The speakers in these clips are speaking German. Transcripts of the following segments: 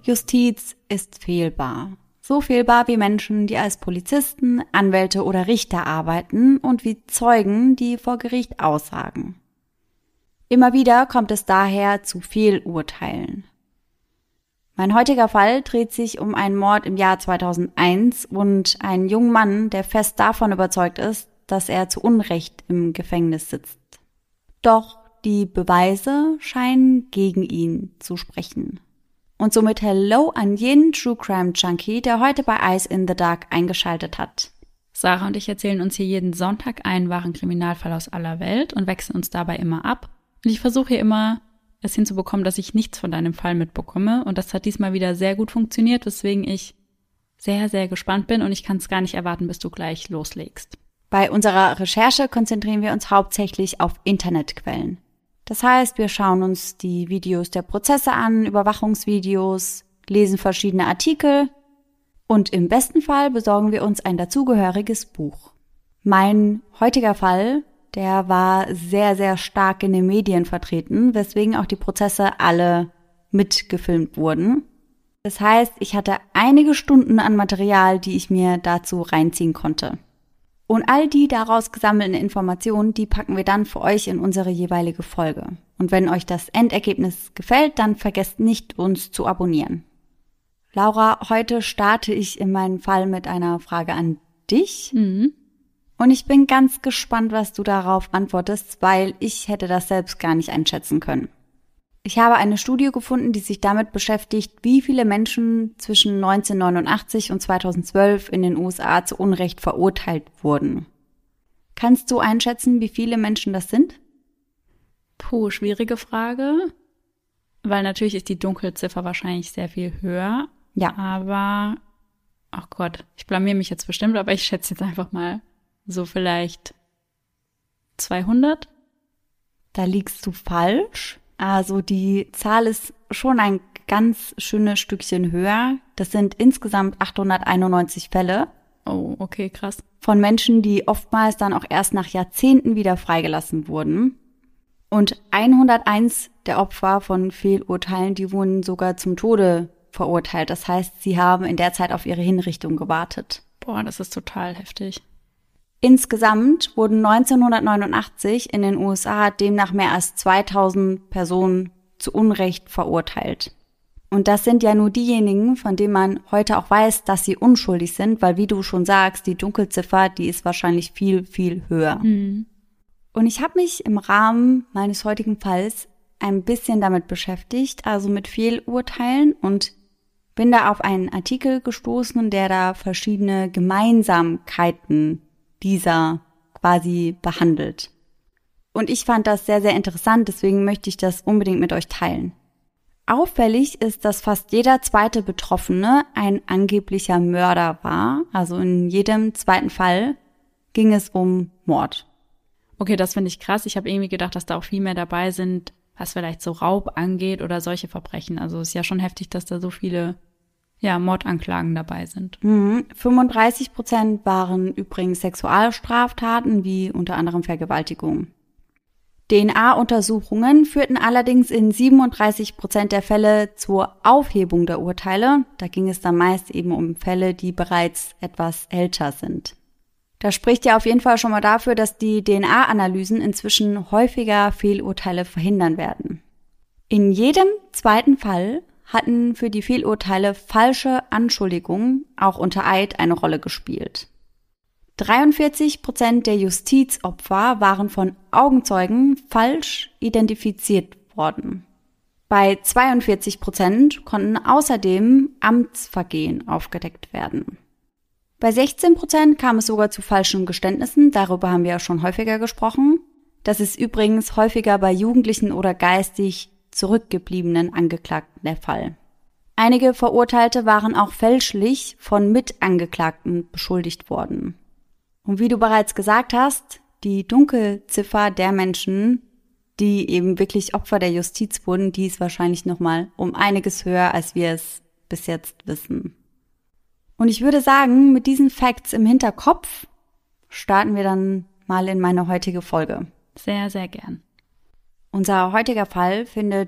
Justiz ist fehlbar. So fehlbar wie Menschen, die als Polizisten, Anwälte oder Richter arbeiten und wie Zeugen, die vor Gericht aussagen. Immer wieder kommt es daher zu Fehlurteilen. Mein heutiger Fall dreht sich um einen Mord im Jahr 2001 und einen jungen Mann, der fest davon überzeugt ist, dass er zu Unrecht im Gefängnis sitzt. Doch die Beweise scheinen gegen ihn zu sprechen. Und somit hello an jeden True Crime Junkie, der heute bei Eyes in the Dark eingeschaltet hat. Sarah und ich erzählen uns hier jeden Sonntag einen wahren Kriminalfall aus aller Welt und wechseln uns dabei immer ab. Und ich versuche hier immer, es hinzubekommen, dass ich nichts von deinem Fall mitbekomme. Und das hat diesmal wieder sehr gut funktioniert, weswegen ich sehr, sehr gespannt bin und ich kann es gar nicht erwarten, bis du gleich loslegst. Bei unserer Recherche konzentrieren wir uns hauptsächlich auf Internetquellen. Das heißt, wir schauen uns die Videos der Prozesse an, Überwachungsvideos, lesen verschiedene Artikel und im besten Fall besorgen wir uns ein dazugehöriges Buch. Mein heutiger Fall, der war sehr, sehr stark in den Medien vertreten, weswegen auch die Prozesse alle mitgefilmt wurden. Das heißt, ich hatte einige Stunden an Material, die ich mir dazu reinziehen konnte. Und all die daraus gesammelten Informationen, die packen wir dann für euch in unsere jeweilige Folge. Und wenn euch das Endergebnis gefällt, dann vergesst nicht, uns zu abonnieren. Laura, heute starte ich in meinem Fall mit einer Frage an dich. Und ich bin ganz gespannt, was du darauf antwortest, weil ich hätte das selbst gar nicht einschätzen können. Ich habe eine Studie gefunden, die sich damit beschäftigt, wie viele Menschen zwischen 1989 und 2012 in den USA zu Unrecht verurteilt wurden. Kannst du einschätzen, wie viele Menschen das sind? Puh, schwierige Frage, weil natürlich ist die Dunkelziffer wahrscheinlich sehr viel höher. Ja. Aber, ach Gott, ich blamier mich jetzt bestimmt, aber ich schätze jetzt einfach mal so vielleicht 200. Da liegst du falsch. Also die Zahl ist schon ein ganz schönes Stückchen höher. Das sind insgesamt 891 Fälle. Oh, okay, krass. Von Menschen, die oftmals dann auch erst nach Jahrzehnten wieder freigelassen wurden. Und 101 der Opfer von Fehlurteilen, die wurden sogar zum Tode verurteilt. Das heißt, sie haben in der Zeit auf ihre Hinrichtung gewartet. Boah, das ist total heftig. Insgesamt wurden 1989 in den USA demnach mehr als 2000 Personen zu Unrecht verurteilt. Und das sind ja nur diejenigen, von denen man heute auch weiß, dass sie unschuldig sind, weil wie du schon sagst, die Dunkelziffer, die ist wahrscheinlich viel, viel höher. Und ich habe mich im Rahmen meines heutigen Falls ein bisschen damit beschäftigt, also mit Fehlurteilen und bin da auf einen Artikel gestoßen, der da verschiedene Gemeinsamkeiten dieser quasi behandelt. Und ich fand das sehr, sehr interessant, deswegen möchte ich das unbedingt mit euch teilen. Auffällig ist, dass fast jeder zweite Betroffene ein angeblicher Mörder war. Also in jedem zweiten Fall ging es um Mord. Okay, das finde ich krass. Ich habe irgendwie gedacht, dass da auch viel mehr dabei sind, was vielleicht so Raub angeht oder solche Verbrechen. Also es ist ja schon heftig, dass da so viele Mordanklagen dabei sind. 35% waren übrigens Sexualstraftaten, wie unter anderem Vergewaltigung. DNA-Untersuchungen führten allerdings in 37% der Fälle zur Aufhebung der Urteile. Da ging es dann meist eben um Fälle, die bereits etwas älter sind. Das spricht ja auf jeden Fall schon mal dafür, dass die DNA-Analysen inzwischen häufiger Fehlurteile verhindern werden. In jedem zweiten Fall hatten für die Fehlurteile falsche Anschuldigungen, auch unter Eid, eine Rolle gespielt. 43% der Justizopfer waren von Augenzeugen falsch identifiziert worden. Bei 42% konnten außerdem Amtsvergehen aufgedeckt werden. Bei 16% kam es sogar zu falschen Geständnissen, darüber haben wir ja schon häufiger gesprochen. Das ist übrigens häufiger bei Jugendlichen oder geistig zurückgebliebenen Angeklagten der Fall. Einige Verurteilte waren auch fälschlich von Mitangeklagten beschuldigt worden. Und wie du bereits gesagt hast, die Dunkelziffer der Menschen, die eben wirklich Opfer der Justiz wurden, die ist wahrscheinlich nochmal um einiges höher, als wir es bis jetzt wissen. Und ich würde sagen, mit diesen Facts im Hinterkopf starten wir dann mal in meine heutige Folge. Sehr, sehr gern. Unser heutiger Fall findet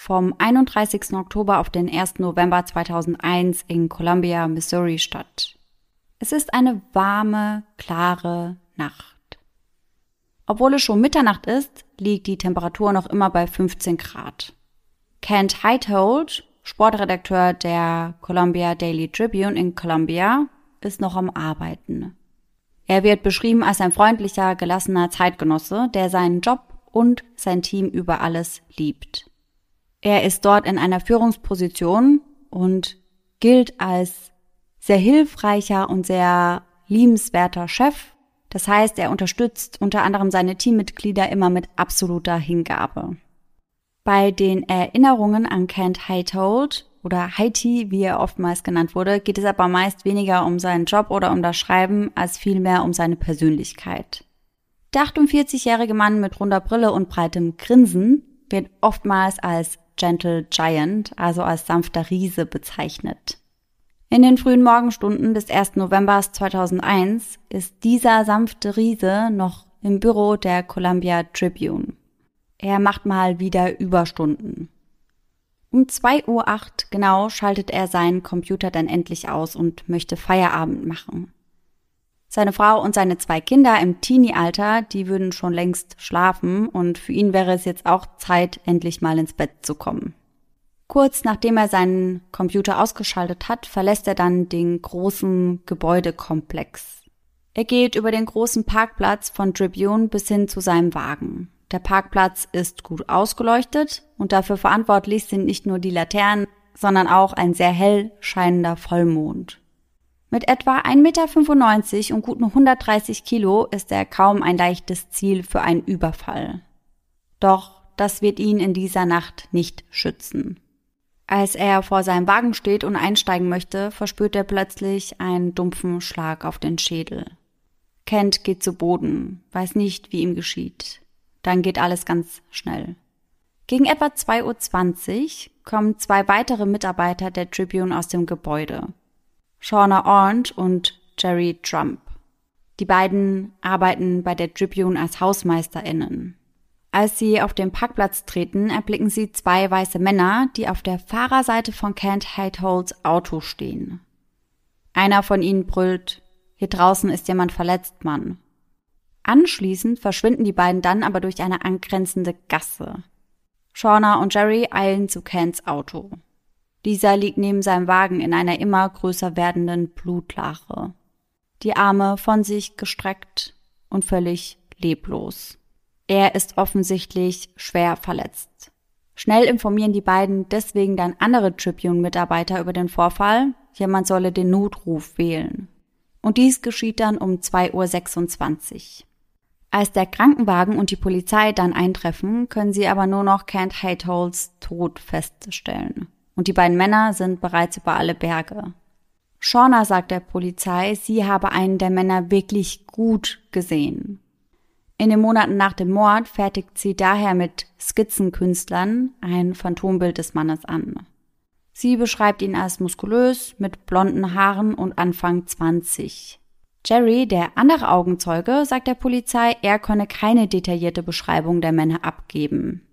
vom 31. Oktober auf den 1. November 2001 in Columbia, Missouri statt. Es ist eine warme, klare Nacht. Obwohl es schon Mitternacht ist, liegt die Temperatur noch immer bei 15 Grad. Kent Heitholt, Sportredakteur der Columbia Daily Tribune in Columbia, ist noch am Arbeiten. Er wird beschrieben als ein freundlicher, gelassener Zeitgenosse, der seinen Job und sein Team über alles liebt. Er ist dort in einer Führungsposition und gilt als sehr hilfreicher und sehr liebenswerter Chef. Das heißt, er unterstützt unter anderem seine Teammitglieder immer mit absoluter Hingabe. Bei den Erinnerungen an Kent Heitholt oder Heiti, wie er oftmals genannt wurde, geht es aber meist weniger um seinen Job oder um das Schreiben, als vielmehr um seine Persönlichkeit. Der 48-jährige Mann mit runder Brille und breitem Grinsen wird oftmals als Gentle Giant, also als sanfter Riese, bezeichnet. In den frühen Morgenstunden des 1. November 2001 ist dieser sanfte Riese noch im Büro der Columbia Tribune. Er macht mal wieder Überstunden. Um 2:08 Uhr genau schaltet er seinen Computer dann endlich aus und möchte Feierabend machen. Seine Frau und seine 2 Kinder im Teenie-Alter, die würden schon längst schlafen und für ihn wäre es jetzt auch Zeit, endlich mal ins Bett zu kommen. Kurz nachdem er seinen Computer ausgeschaltet hat, verlässt er dann den großen Gebäudekomplex. Er geht über den großen Parkplatz von Tribune bis hin zu seinem Wagen. Der Parkplatz ist gut ausgeleuchtet und dafür verantwortlich sind nicht nur die Laternen, sondern auch ein sehr hell scheinender Vollmond. Mit etwa 1,95 Meter und guten 130 Kilo ist er kaum ein leichtes Ziel für einen Überfall. Doch das wird ihn in dieser Nacht nicht schützen. Als er vor seinem Wagen steht und einsteigen möchte, verspürt er plötzlich einen dumpfen Schlag auf den Schädel. Kent geht zu Boden, weiß nicht, wie ihm geschieht. Dann geht alles ganz schnell. Gegen etwa 2:20 Uhr kommen 2 weitere Mitarbeiter der Tribune aus dem Gebäude. Shauna Orange und Jerry Trump. Die beiden arbeiten bei der Tribune als HausmeisterInnen. Als sie auf den Parkplatz treten, erblicken sie 2 weiße Männer, die auf der Fahrerseite von Kent Heitholts Auto stehen. Einer von ihnen brüllt: „Hier draußen ist jemand verletzt, Mann." Anschließend verschwinden die beiden dann aber durch eine angrenzende Gasse. Shauna und Jerry eilen zu Kents Auto. Dieser liegt neben seinem Wagen in einer immer größer werdenden Blutlache. Die Arme von sich gestreckt und völlig leblos. Er ist offensichtlich schwer verletzt. Schnell informieren die beiden deswegen dann andere Tribune-Mitarbeiter über den Vorfall. Jemand solle den Notruf wählen. Und dies geschieht dann um 2:26 Uhr. Als der Krankenwagen und die Polizei dann eintreffen, können sie aber nur noch Kent Heitholts Tod feststellen. Und die beiden Männer sind bereits über alle Berge. Shauna sagt der Polizei, sie habe einen der Männer wirklich gut gesehen. In den Monaten nach dem Mord fertigt sie daher mit Skizzenkünstlern ein Phantombild des Mannes an. Sie beschreibt ihn als muskulös, mit blonden Haaren und Anfang 20. Jerry, der andere Augenzeuge, sagt der Polizei, er könne keine detaillierte Beschreibung der Männer abgeben.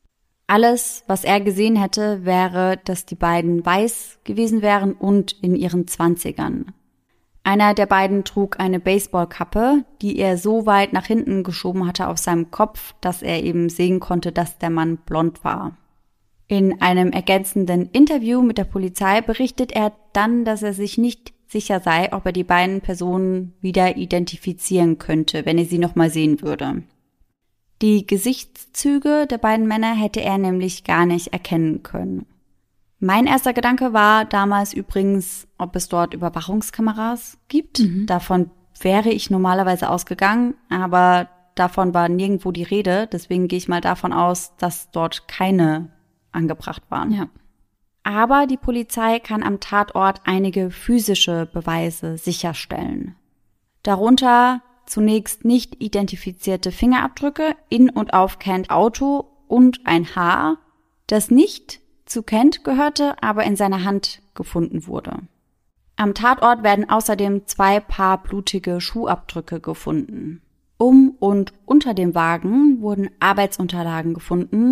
Alles, was er gesehen hätte, wäre, dass die beiden weiß gewesen wären und in ihren 20ern. Einer der beiden trug eine Baseballkappe, die er so weit nach hinten geschoben hatte auf seinem Kopf, dass er eben sehen konnte, dass der Mann blond war. In einem ergänzenden Interview mit der Polizei berichtet er dann, dass er sich nicht sicher sei, ob er die beiden Personen wieder identifizieren könnte, wenn er sie nochmal sehen würde. Die Gesichtszüge der beiden Männer hätte er nämlich gar nicht erkennen können. Mein erster Gedanke war damals übrigens, ob es dort Überwachungskameras gibt. Davon wäre ich normalerweise ausgegangen, aber davon war nirgendwo die Rede. Deswegen gehe ich mal davon aus, dass dort keine angebracht waren. Ja. Aber die Polizei kann am Tatort einige physische Beweise sicherstellen. Darunter zunächst nicht identifizierte Fingerabdrücke in und auf Kents Auto und ein Haar, das nicht zu Kent gehörte, aber in seiner Hand gefunden wurde. Am Tatort werden außerdem 2 Paar blutige Schuhabdrücke gefunden. Um und unter dem Wagen wurden Arbeitsunterlagen gefunden,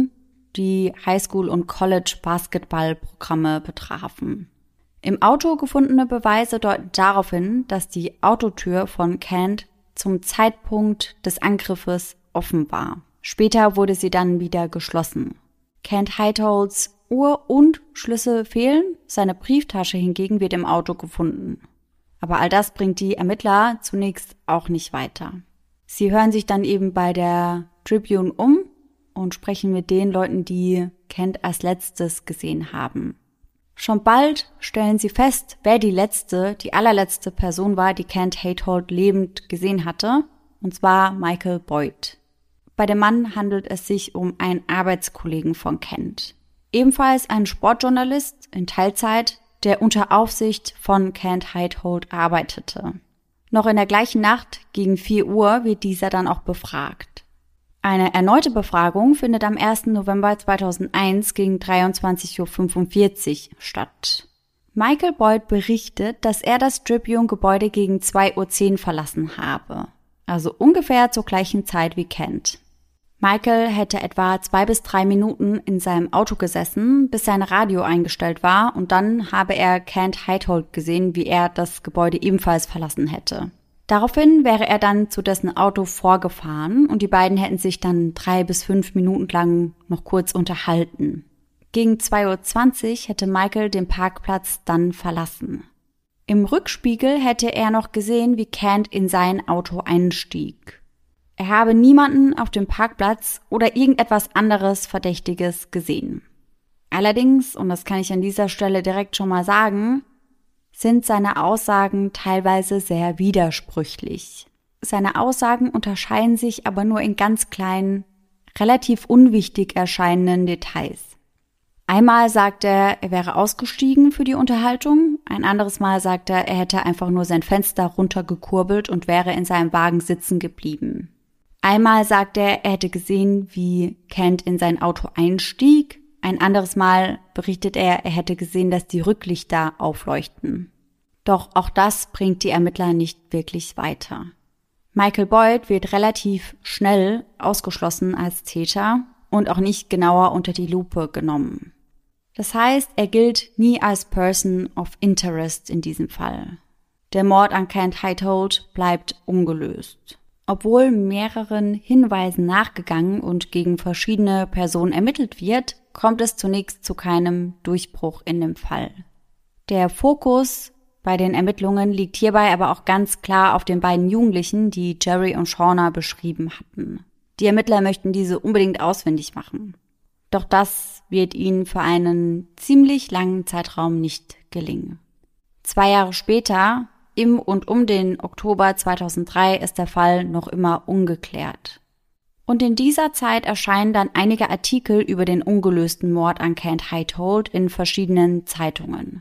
die Highschool- und College-Basketball-Programme betrafen. Im Auto gefundene Beweise deuten darauf hin, dass die Autotür von Kent zum Zeitpunkt des Angriffes offen war. Später wurde sie dann wieder geschlossen. Kent Heitholds Uhr und Schlüssel fehlen, seine Brieftasche hingegen wird im Auto gefunden. Aber all das bringt die Ermittler zunächst auch nicht weiter. Sie hören sich dann eben bei der Tribune um und sprechen mit den Leuten, die Kent als letztes gesehen haben. Schon bald stellen sie fest, wer die allerletzte Person war, die Kent Heithold lebend gesehen hatte, und zwar Michael Boyd. Bei dem Mann handelt es sich um einen Arbeitskollegen von Kent. Ebenfalls ein Sportjournalist in Teilzeit, der unter Aufsicht von Kent Heithold arbeitete. Noch in der gleichen Nacht gegen 4 Uhr wird dieser dann auch befragt. Eine erneute Befragung findet am 1. November 2001 gegen 23:45 Uhr statt. Michael Boyd berichtet, dass er das Tribune-Gebäude gegen 2:10 Uhr verlassen habe, also ungefähr zur gleichen Zeit wie Kent. Michael hätte etwa 2 bis 3 Minuten in seinem Auto gesessen, bis sein Radio eingestellt war, und dann habe er Kent Heithold gesehen, wie er das Gebäude ebenfalls verlassen hätte. Daraufhin wäre er dann zu dessen Auto vorgefahren und die beiden hätten sich dann 3 bis 5 Minuten lang noch kurz unterhalten. Gegen 2:20 Uhr hätte Michael den Parkplatz dann verlassen. Im Rückspiegel hätte er noch gesehen, wie Kent in sein Auto einstieg. Er habe niemanden auf dem Parkplatz oder irgendetwas anderes Verdächtiges gesehen. Allerdings, und das kann ich an dieser Stelle direkt schon mal sagen, sind seine Aussagen teilweise sehr widersprüchlich. Seine Aussagen unterscheiden sich aber nur in ganz kleinen, relativ unwichtig erscheinenden Details. Einmal sagt er wäre ausgestiegen für die Unterhaltung, ein anderes Mal sagt er hätte einfach nur sein Fenster runtergekurbelt und wäre in seinem Wagen sitzen geblieben. Einmal sagt er hätte gesehen, wie Kent in sein Auto einstieg. Ein anderes Mal berichtet er hätte gesehen, dass die Rücklichter aufleuchten. Doch auch das bringt die Ermittler nicht wirklich weiter. Michael Boyd wird relativ schnell ausgeschlossen als Täter und auch nicht genauer unter die Lupe genommen. Das heißt, er gilt nie als Person of Interest in diesem Fall. Der Mord an Kent Heithold bleibt ungelöst. Obwohl mehreren Hinweisen nachgegangen und gegen verschiedene Personen ermittelt wird, kommt es zunächst zu keinem Durchbruch in dem Fall. Der Fokus bei den Ermittlungen liegt hierbei aber auch ganz klar auf den beiden Jugendlichen, die Jerry und Shauna beschrieben hatten. Die Ermittler möchten diese unbedingt ausfindig machen. Doch das wird ihnen für einen ziemlich langen Zeitraum nicht gelingen. 2 Jahre später, im und um den Oktober 2003, ist der Fall noch immer ungeklärt. Und in dieser Zeit erscheinen dann einige Artikel über den ungelösten Mord an Kent Heithold in verschiedenen Zeitungen.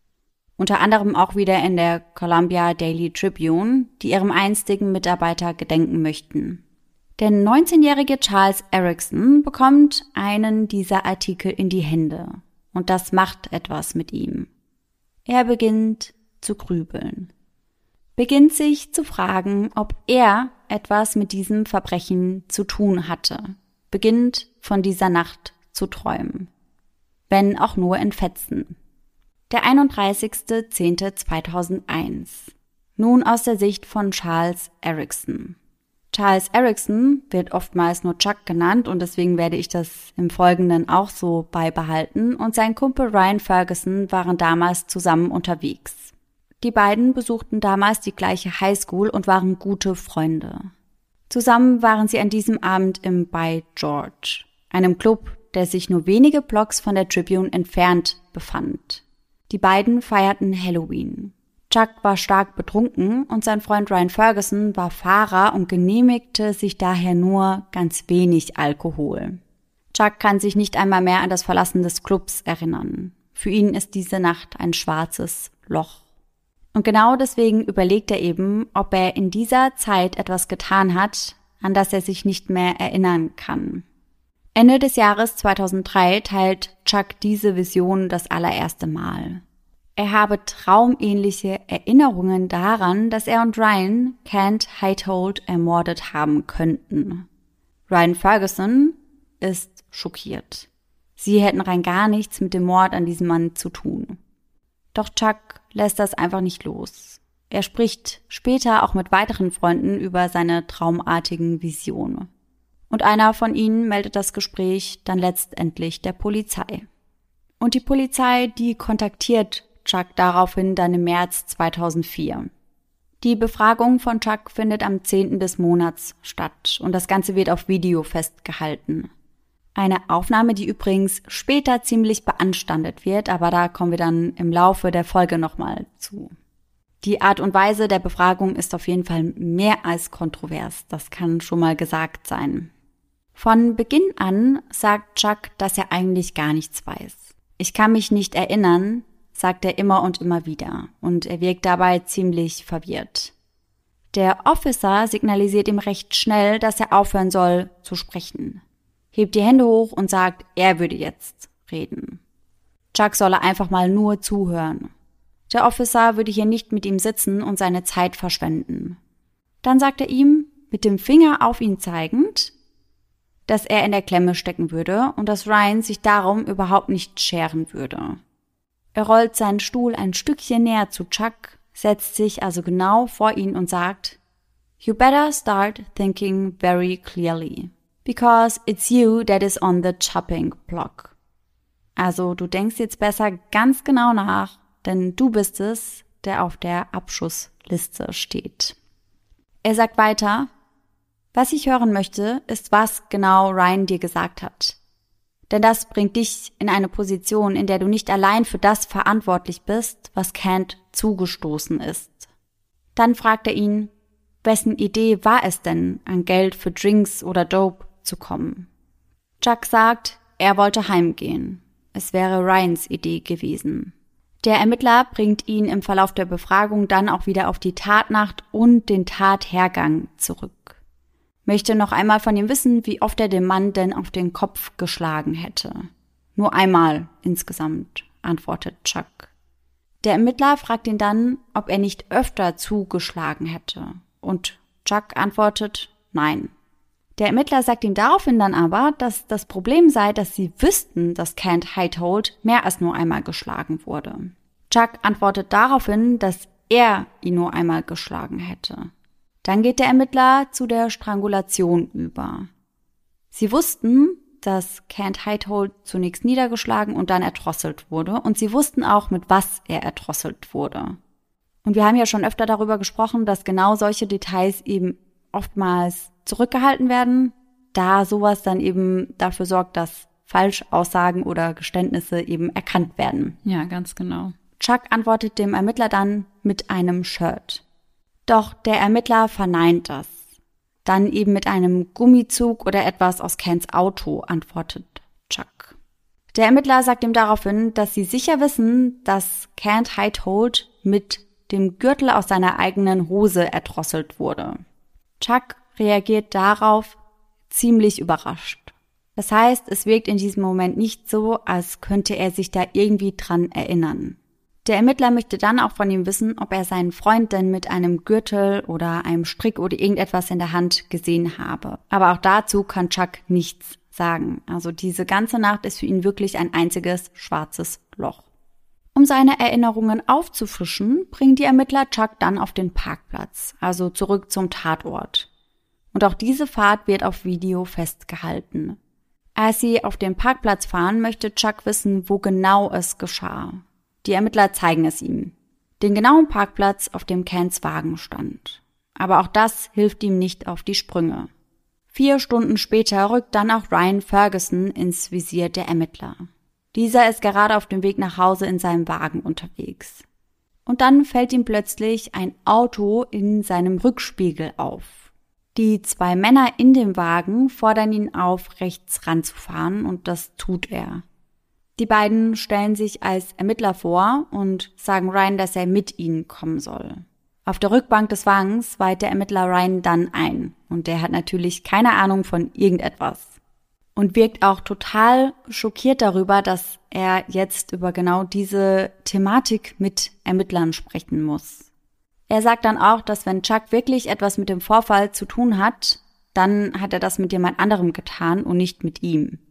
Unter anderem auch wieder in der Columbia Daily Tribune, die ihrem einstigen Mitarbeiter gedenken möchten. Der 19-jährige Charles Erickson bekommt einen dieser Artikel in die Hände. Und das macht etwas mit ihm. Er beginnt zu grübeln. Beginnt sich zu fragen, ob er etwas mit diesem Verbrechen zu tun hatte. Beginnt von dieser Nacht zu träumen. Wenn auch nur in Fetzen. Der 31.10.2001. Nun aus der Sicht von Charles Erickson. Charles Erickson wird oftmals nur Chuck genannt und deswegen werde ich das im Folgenden auch so beibehalten, und sein Kumpel Ryan Ferguson waren damals zusammen unterwegs. Die beiden besuchten damals die gleiche Highschool und waren gute Freunde. Zusammen waren sie an diesem Abend im By George, einem Club, der sich nur wenige Blocks von der Tribune entfernt befand. Die beiden feierten Halloween. Chuck war stark betrunken und sein Freund Ryan Ferguson war Fahrer und genehmigte sich daher nur ganz wenig Alkohol. Chuck kann sich nicht einmal mehr an das Verlassen des Clubs erinnern. Für ihn ist diese Nacht ein schwarzes Loch. Und genau deswegen überlegt er eben, ob er in dieser Zeit etwas getan hat, an das er sich nicht mehr erinnern kann. Ende des Jahres 2003 teilt Chuck diese Vision das allererste Mal. Er habe traumähnliche Erinnerungen daran, dass er und Ryan Kent Heithold ermordet haben könnten. Ryan Ferguson ist schockiert. Sie hätten rein gar nichts mit dem Mord an diesem Mann zu tun. Doch Chuck lässt das einfach nicht los. Er spricht später auch mit weiteren Freunden über seine traumartigen Visionen. Und einer von ihnen meldet das Gespräch dann letztendlich der Polizei. Und die Polizei, die kontaktiert Chuck daraufhin dann im März 2004. Die Befragung von Chuck findet am 10. des Monats statt und das Ganze wird auf Video festgehalten. Eine Aufnahme, die übrigens später ziemlich beanstandet wird, aber da kommen wir dann im Laufe der Folge nochmal zu. Die Art und Weise der Befragung ist auf jeden Fall mehr als kontrovers, das kann schon mal gesagt sein. Von Beginn an sagt Chuck, dass er eigentlich gar nichts weiß. Ich kann mich nicht erinnern, sagt er immer und immer wieder, und er wirkt dabei ziemlich verwirrt. Der Officer signalisiert ihm recht schnell, dass er aufhören soll zu sprechen. Hebt die Hände hoch und sagt, er würde jetzt reden. Chuck solle einfach mal nur zuhören. Der Officer würde hier nicht mit ihm sitzen und seine Zeit verschwenden. Dann sagt er ihm, mit dem Finger auf ihn zeigend, dass er in der Klemme stecken würde und dass Ryan sich darum überhaupt nicht scheren würde. Er rollt seinen Stuhl ein Stückchen näher zu Chuck, setzt sich also genau vor ihn und sagt, "You better start thinking very clearly, because it's you that is on the chopping block." Also du denkst jetzt besser ganz genau nach, denn du bist es, der auf der Abschussliste steht. Er sagt weiter, "Was ich hören möchte, ist, was genau Ryan dir gesagt hat. Denn das bringt dich in eine Position, in der du nicht allein für das verantwortlich bist, was Kent zugestoßen ist." Dann fragt er ihn, wessen Idee war es denn, an Geld für Drinks oder Dope zu kommen? Chuck sagt, er wollte heimgehen. Es wäre Ryans Idee gewesen. Der Ermittler bringt ihn im Verlauf der Befragung dann auch wieder auf die Tatnacht und den Tathergang zurück. Möchte noch einmal von ihm wissen, wie oft er den Mann denn auf den Kopf geschlagen hätte. Nur einmal insgesamt, antwortet Chuck. Der Ermittler fragt ihn dann, ob er nicht öfter zugeschlagen hätte. Und Chuck antwortet, nein. Der Ermittler sagt ihm daraufhin dann aber, dass das Problem sei, dass sie wüssten, dass Kent Heitholt mehr als nur einmal geschlagen wurde. Chuck antwortet daraufhin, dass er ihn nur einmal geschlagen hätte. Dann geht der Ermittler zu der Strangulation über. Sie wussten, dass Kent Heitholt zunächst niedergeschlagen und dann erdrosselt wurde. Und sie wussten auch, mit was er erdrosselt wurde. Und wir haben ja schon öfter darüber gesprochen, dass genau solche Details eben oftmals zurückgehalten werden, da sowas dann eben dafür sorgt, dass Falschaussagen oder Geständnisse eben erkannt werden. Ja, ganz genau. Chuck antwortet dem Ermittler dann mit einem Shirt. Doch der Ermittler verneint das. Dann eben mit einem Gummizug oder etwas aus Kents Auto, antwortet Chuck. Der Ermittler sagt ihm daraufhin, dass sie sicher wissen, dass Kent Heitholt mit dem Gürtel aus seiner eigenen Hose erdrosselt wurde. Chuck reagiert darauf ziemlich überrascht. Das heißt, es wirkt in diesem Moment nicht so, als könnte er sich da irgendwie dran erinnern. Der Ermittler möchte dann auch von ihm wissen, ob er seinen Freund denn mit einem Gürtel oder einem Strick oder irgendetwas in der Hand gesehen habe. Aber auch dazu kann Chuck nichts sagen. Also diese ganze Nacht ist für ihn wirklich ein einziges schwarzes Loch. Um seine Erinnerungen aufzufrischen, bringen die Ermittler Chuck dann auf den Parkplatz, also zurück zum Tatort. Und auch diese Fahrt wird auf Video festgehalten. Als sie auf den Parkplatz fahren, möchte Chuck wissen, wo genau es geschah. Die Ermittler zeigen es ihm. Den genauen Parkplatz, auf dem Kents Wagen stand. Aber auch das hilft ihm nicht auf die Sprünge. 4 Stunden später rückt dann auch Ryan Ferguson ins Visier der Ermittler. Dieser ist gerade auf dem Weg nach Hause in seinem Wagen unterwegs. Und dann fällt ihm plötzlich ein Auto in seinem Rückspiegel auf. Die 2 Männer in dem Wagen fordern ihn auf, rechts ranzufahren, und das tut er. Die beiden stellen sich als Ermittler vor und sagen Ryan, dass er mit ihnen kommen soll. Auf der Rückbank des Wagens weiht der Ermittler Ryan dann ein, und der hat natürlich keine Ahnung von irgendetwas. Und wirkt auch total schockiert darüber, dass er jetzt über genau diese Thematik mit Ermittlern sprechen muss. Er sagt dann auch, dass wenn Chuck wirklich etwas mit dem Vorfall zu tun hat, dann hat er das mit jemand anderem getan und nicht mit ihm.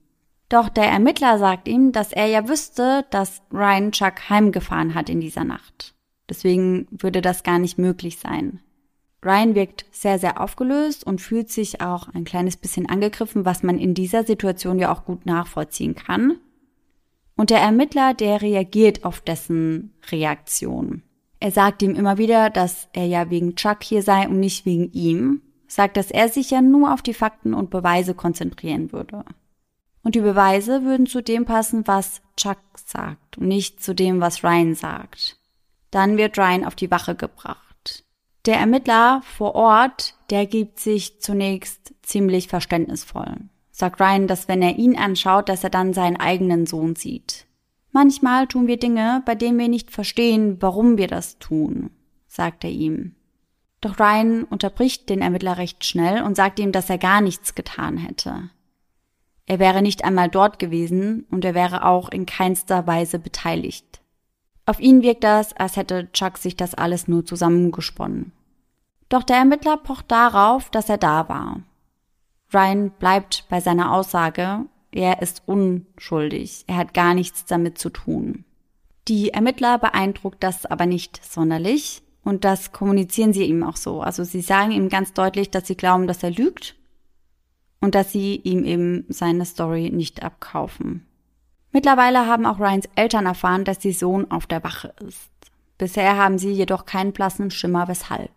Doch der Ermittler sagt ihm, dass er ja wüsste, dass Ryan Chuck heimgefahren hat in dieser Nacht. Deswegen würde das gar nicht möglich sein. Ryan wirkt sehr, sehr aufgelöst und fühlt sich auch ein kleines bisschen angegriffen, was man in dieser Situation ja auch gut nachvollziehen kann. Und der Ermittler, der reagiert auf dessen Reaktion. Er sagt ihm immer wieder, dass er ja wegen Chuck hier sei und nicht wegen ihm. Sagt, dass er sich ja nur auf die Fakten und Beweise konzentrieren würde. Und die Beweise würden zu dem passen, was Chuck sagt und nicht zu dem, was Ryan sagt. Dann wird Ryan auf die Wache gebracht. Der Ermittler vor Ort, der gibt sich zunächst ziemlich verständnisvoll. Sagt Ryan, dass wenn er ihn anschaut, dass er dann seinen eigenen Sohn sieht. Manchmal tun wir Dinge, bei denen wir nicht verstehen, warum wir das tun, sagt er ihm. Doch Ryan unterbricht den Ermittler recht schnell und sagt ihm, dass er gar nichts getan hätte. Er wäre nicht einmal dort gewesen und er wäre auch in keinster Weise beteiligt. Auf ihn wirkt das, als hätte Chuck sich das alles nur zusammengesponnen. Doch der Ermittler pocht darauf, dass er da war. Ryan bleibt bei seiner Aussage, er ist unschuldig, er hat gar nichts damit zu tun. Die Ermittler beeindruckt das aber nicht sonderlich und das kommunizieren sie ihm auch so. Also sie sagen ihm ganz deutlich, dass sie glauben, dass er lügt und dass sie ihm eben seine Story nicht abkaufen. Mittlerweile haben auch Ryans Eltern erfahren, dass ihr Sohn auf der Wache ist. Bisher haben sie jedoch keinen blassen Schimmer, weshalb.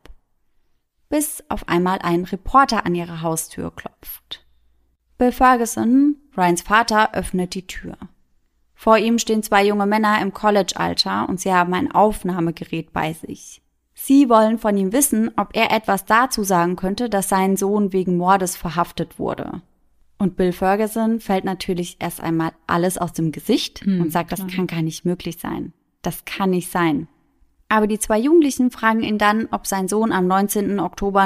Bis auf einmal ein Reporter an ihre Haustür klopft. Bill Ferguson, Ryans Vater, öffnet die Tür. Vor ihm stehen 2 junge Männer im College-Alter und sie haben ein Aufnahmegerät bei sich. Sie wollen von ihm wissen, ob er etwas dazu sagen könnte, dass sein Sohn wegen Mordes verhaftet wurde. Und Bill Ferguson fällt natürlich erst einmal alles aus dem Gesicht und sagt, das kann gar nicht möglich sein. Das kann nicht sein. Aber die 2 Jugendlichen fragen ihn dann, ob sein Sohn am 19. Oktober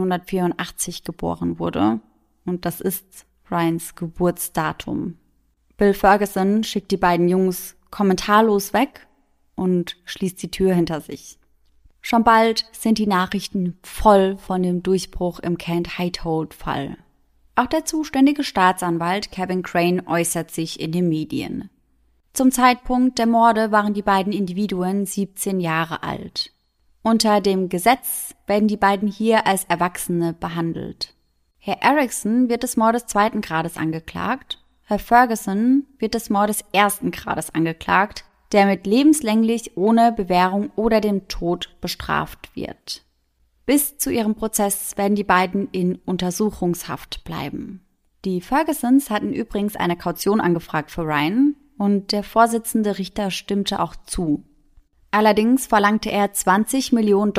1984 geboren wurde. Und das ist Ryans Geburtsdatum. Bill Ferguson schickt die beiden Jungs kommentarlos weg und schließt die Tür hinter sich. Schon bald sind die Nachrichten voll von dem Durchbruch im Kent-Heitholt-Fall. Auch der zuständige Staatsanwalt Kevin Crane äußert sich in den Medien. Zum Zeitpunkt der Morde waren die beiden Individuen 17 Jahre alt. Unter dem Gesetz werden die beiden hier als Erwachsene behandelt. Herr Erickson wird des Mordes 2. Grades angeklagt, Herr Ferguson wird des Mordes 1. Grades angeklagt, der mit lebenslänglich ohne Bewährung oder dem Tod bestraft wird. Bis zu ihrem Prozess werden die beiden in Untersuchungshaft bleiben. Die Fergusons hatten übrigens eine Kaution angefragt für Ryan und der Vorsitzende Richter stimmte auch zu. Allerdings verlangte er $20 Millionen,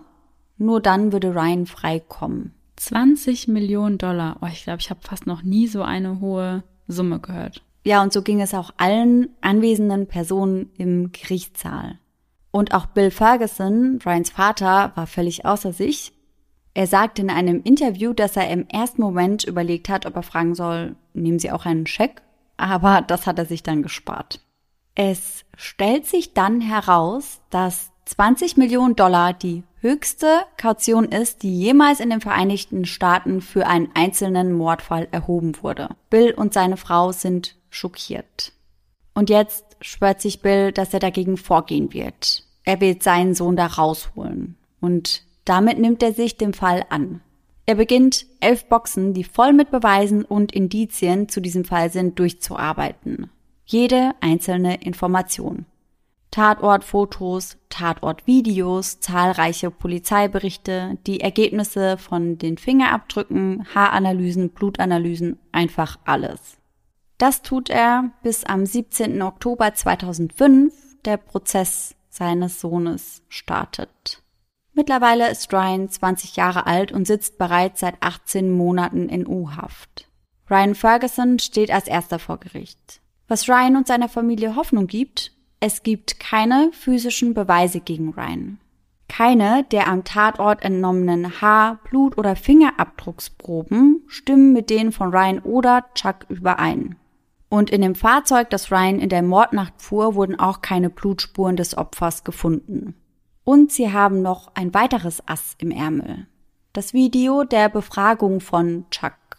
nur dann würde Ryan freikommen. $20 Millionen? Oh, ich glaube, ich habe fast noch nie so eine hohe Summe gehört. Ja, und so ging es auch allen anwesenden Personen im Gerichtssaal. Und auch Bill Ferguson, Ryans Vater, war völlig außer sich. Er sagte in einem Interview, dass er im ersten Moment überlegt hat, ob er fragen soll, nehmen Sie auch einen Scheck? Aber das hat er sich dann gespart. Es stellt sich dann heraus, dass $20 Millionen die höchste Kaution ist, die jemals in den Vereinigten Staaten für einen einzelnen Mordfall erhoben wurde. Bill und seine Frau sind schockiert. Und jetzt schwört sich Bill, dass er dagegen vorgehen wird. Er wird seinen Sohn da rausholen. Und damit nimmt er sich dem Fall an. Er beginnt, 11 Boxen, die voll mit Beweisen und Indizien zu diesem Fall sind, durchzuarbeiten. Jede einzelne Information. Tatortfotos, Tatortvideos, zahlreiche Polizeiberichte, die Ergebnisse von den Fingerabdrücken, Haaranalysen, Blutanalysen, einfach alles. Das tut er, bis am 17. Oktober 2005 der Prozess seines Sohnes startet. Mittlerweile ist Ryan 20 Jahre alt und sitzt bereits seit 18 Monaten in U-Haft. Ryan Ferguson steht als erster vor Gericht. Was Ryan und seiner Familie Hoffnung gibt, es gibt keine physischen Beweise gegen Ryan. Keine der am Tatort entnommenen Haar-, Blut- oder Fingerabdrucksproben stimmen mit denen von Ryan oder Chuck überein. Und in dem Fahrzeug, das Ryan in der Mordnacht fuhr, wurden auch keine Blutspuren des Opfers gefunden. Und sie haben noch ein weiteres Ass im Ärmel. Das Video der Befragung von Chuck.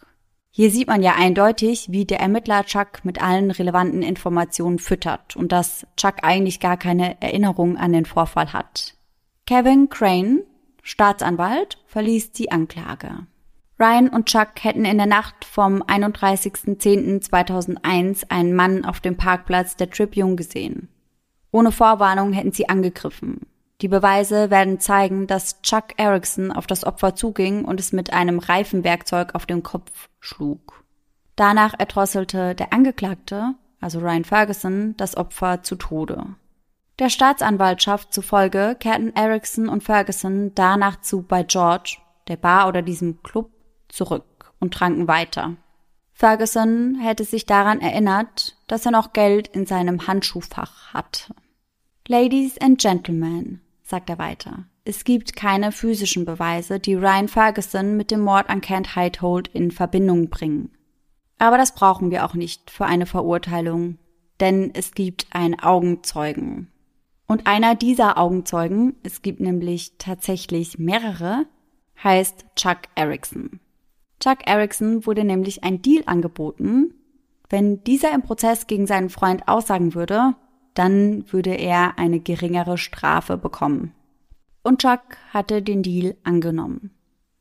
Hier sieht man ja eindeutig, wie der Ermittler Chuck mit allen relevanten Informationen füttert und dass Chuck eigentlich gar keine Erinnerung an den Vorfall hat. Kevin Crane, Staatsanwalt, verließ die Anklage. Ryan und Chuck hätten in der Nacht vom 31.10.2001 einen Mann auf dem Parkplatz der Tribune gesehen. Ohne Vorwarnung hätten sie angegriffen. Die Beweise werden zeigen, dass Chuck Erickson auf das Opfer zuging und es mit einem Reifenwerkzeug auf den Kopf schlug. Danach erdrosselte der Angeklagte, also Ryan Ferguson, das Opfer zu Tode. Der Staatsanwaltschaft zufolge kehrten Erickson und Ferguson danach bei George, der Bar oder diesem Club, zurück und tranken weiter. Ferguson hätte sich daran erinnert, dass er noch Geld in seinem Handschuhfach hatte. Ladies and Gentlemen, sagt er weiter, es gibt keine physischen Beweise, die Ryan Ferguson mit dem Mord an Kent Heitholt in Verbindung bringen. Aber das brauchen wir auch nicht für eine Verurteilung, denn es gibt einen Augenzeugen. Und einer dieser Augenzeugen, es gibt nämlich tatsächlich mehrere, heißt Chuck Erickson. Chuck Erickson wurde nämlich ein Deal angeboten. Wenn dieser im Prozess gegen seinen Freund aussagen würde, dann würde er eine geringere Strafe bekommen. Und Chuck hatte den Deal angenommen.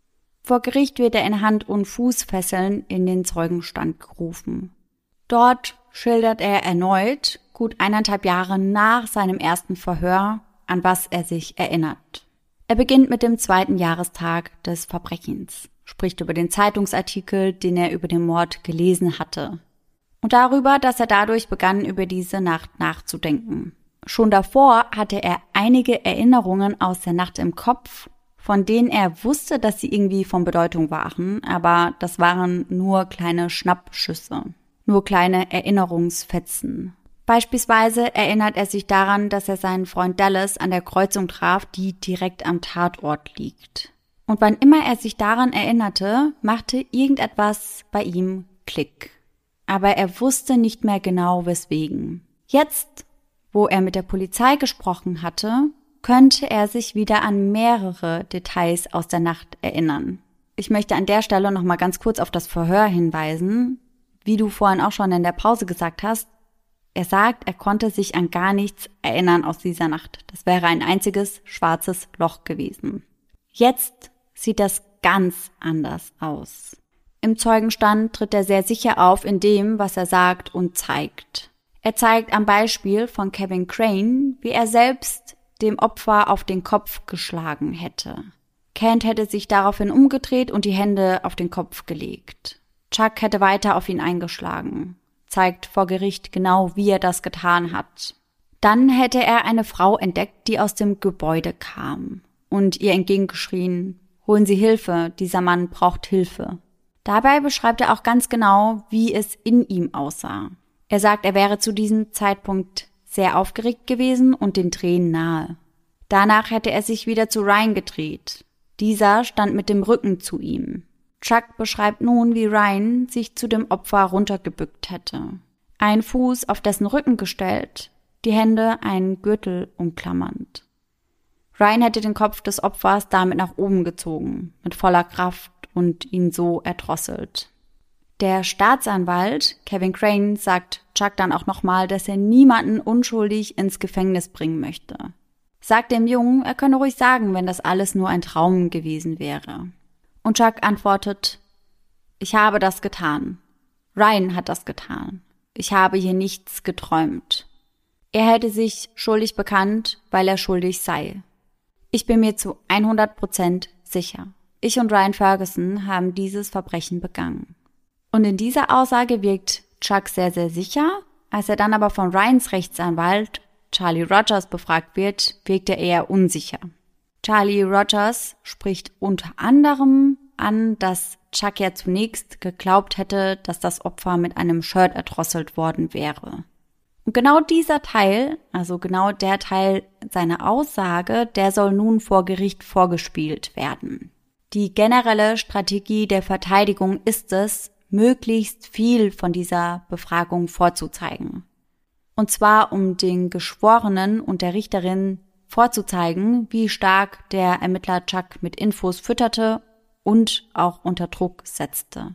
Vor Gericht wird er in Hand- und Fußfesseln in den Zeugenstand gerufen. Dort schildert er erneut, gut 1,5 Jahre nach seinem ersten Verhör, an was er sich erinnert. Er beginnt mit dem 2. Jahrestag des Verbrechens, spricht über den Zeitungsartikel, den er über den Mord gelesen hatte. Und darüber, dass er dadurch begann, über diese Nacht nachzudenken. Schon davor hatte er einige Erinnerungen aus der Nacht im Kopf, von denen er wusste, dass sie irgendwie von Bedeutung waren, aber das waren nur kleine Schnappschüsse, nur kleine Erinnerungsfetzen. Beispielsweise erinnert er sich daran, dass er seinen Freund Dallas an der Kreuzung traf, die direkt am Tatort liegt. Und wann immer er sich daran erinnerte, machte irgendetwas bei ihm Klick. Aber er wusste nicht mehr genau, weswegen. Jetzt, wo er mit der Polizei gesprochen hatte, könnte er sich wieder an mehrere Details aus der Nacht erinnern. Ich möchte an der Stelle noch mal ganz kurz auf das Verhör hinweisen. Wie du vorhin auch schon in der Pause gesagt hast, er sagt, er konnte sich an gar nichts erinnern aus dieser Nacht. Das wäre ein einziges schwarzes Loch gewesen. Jetzt sieht das ganz anders aus. Im Zeugenstand tritt er sehr sicher auf in dem, was er sagt und zeigt. Er zeigt am Beispiel von Kevin Crane, wie er selbst dem Opfer auf den Kopf geschlagen hätte. Kent hätte sich daraufhin umgedreht und die Hände auf den Kopf gelegt. Chuck hätte weiter auf ihn eingeschlagen, zeigt vor Gericht genau, wie er das getan hat. Dann hätte er eine Frau entdeckt, die aus dem Gebäude kam und ihr entgegengeschrien, holen Sie Hilfe, dieser Mann braucht Hilfe. Dabei beschreibt er auch ganz genau, wie es in ihm aussah. Er sagt, er wäre zu diesem Zeitpunkt sehr aufgeregt gewesen und den Tränen nahe. Danach hätte er sich wieder zu Ryan gedreht. Dieser stand mit dem Rücken zu ihm. Chuck beschreibt nun, wie Ryan sich zu dem Opfer runtergebückt hätte. Einen Fuß auf dessen Rücken gestellt, die Hände einen Gürtel umklammernd. Ryan hätte den Kopf des Opfers damit nach oben gezogen, mit voller Kraft und ihn so erdrosselt. Der Staatsanwalt Kevin Crane sagt Chuck dann auch nochmal, dass er niemanden unschuldig ins Gefängnis bringen möchte. Sagt dem Jungen, er könne ruhig sagen, wenn das alles nur ein Traum gewesen wäre. Und Chuck antwortet, ich habe das getan. Ryan hat das getan. Ich habe hier nichts geträumt. Er hätte sich schuldig bekannt, weil er schuldig sei. Ich bin mir zu 100% sicher. Ich und Ryan Ferguson haben dieses Verbrechen begangen. Und in dieser Aussage wirkt Chuck sehr, sehr sicher. Als er dann aber von Ryans Rechtsanwalt Charlie Rogers befragt wird, wirkt er eher unsicher. Charlie Rogers spricht unter anderem an, dass Chuck ja zunächst geglaubt hätte, dass das Opfer mit einem Shirt erdrosselt worden wäre. Und genau dieser Teil, also genau der Teil seiner Aussage, der soll nun vor Gericht vorgespielt werden. Die generelle Strategie der Verteidigung ist es, möglichst viel von dieser Befragung vorzuzeigen. Und zwar, um den Geschworenen und der Richterin vorzuzeigen, wie stark der Ermittler Chuck mit Infos fütterte und auch unter Druck setzte.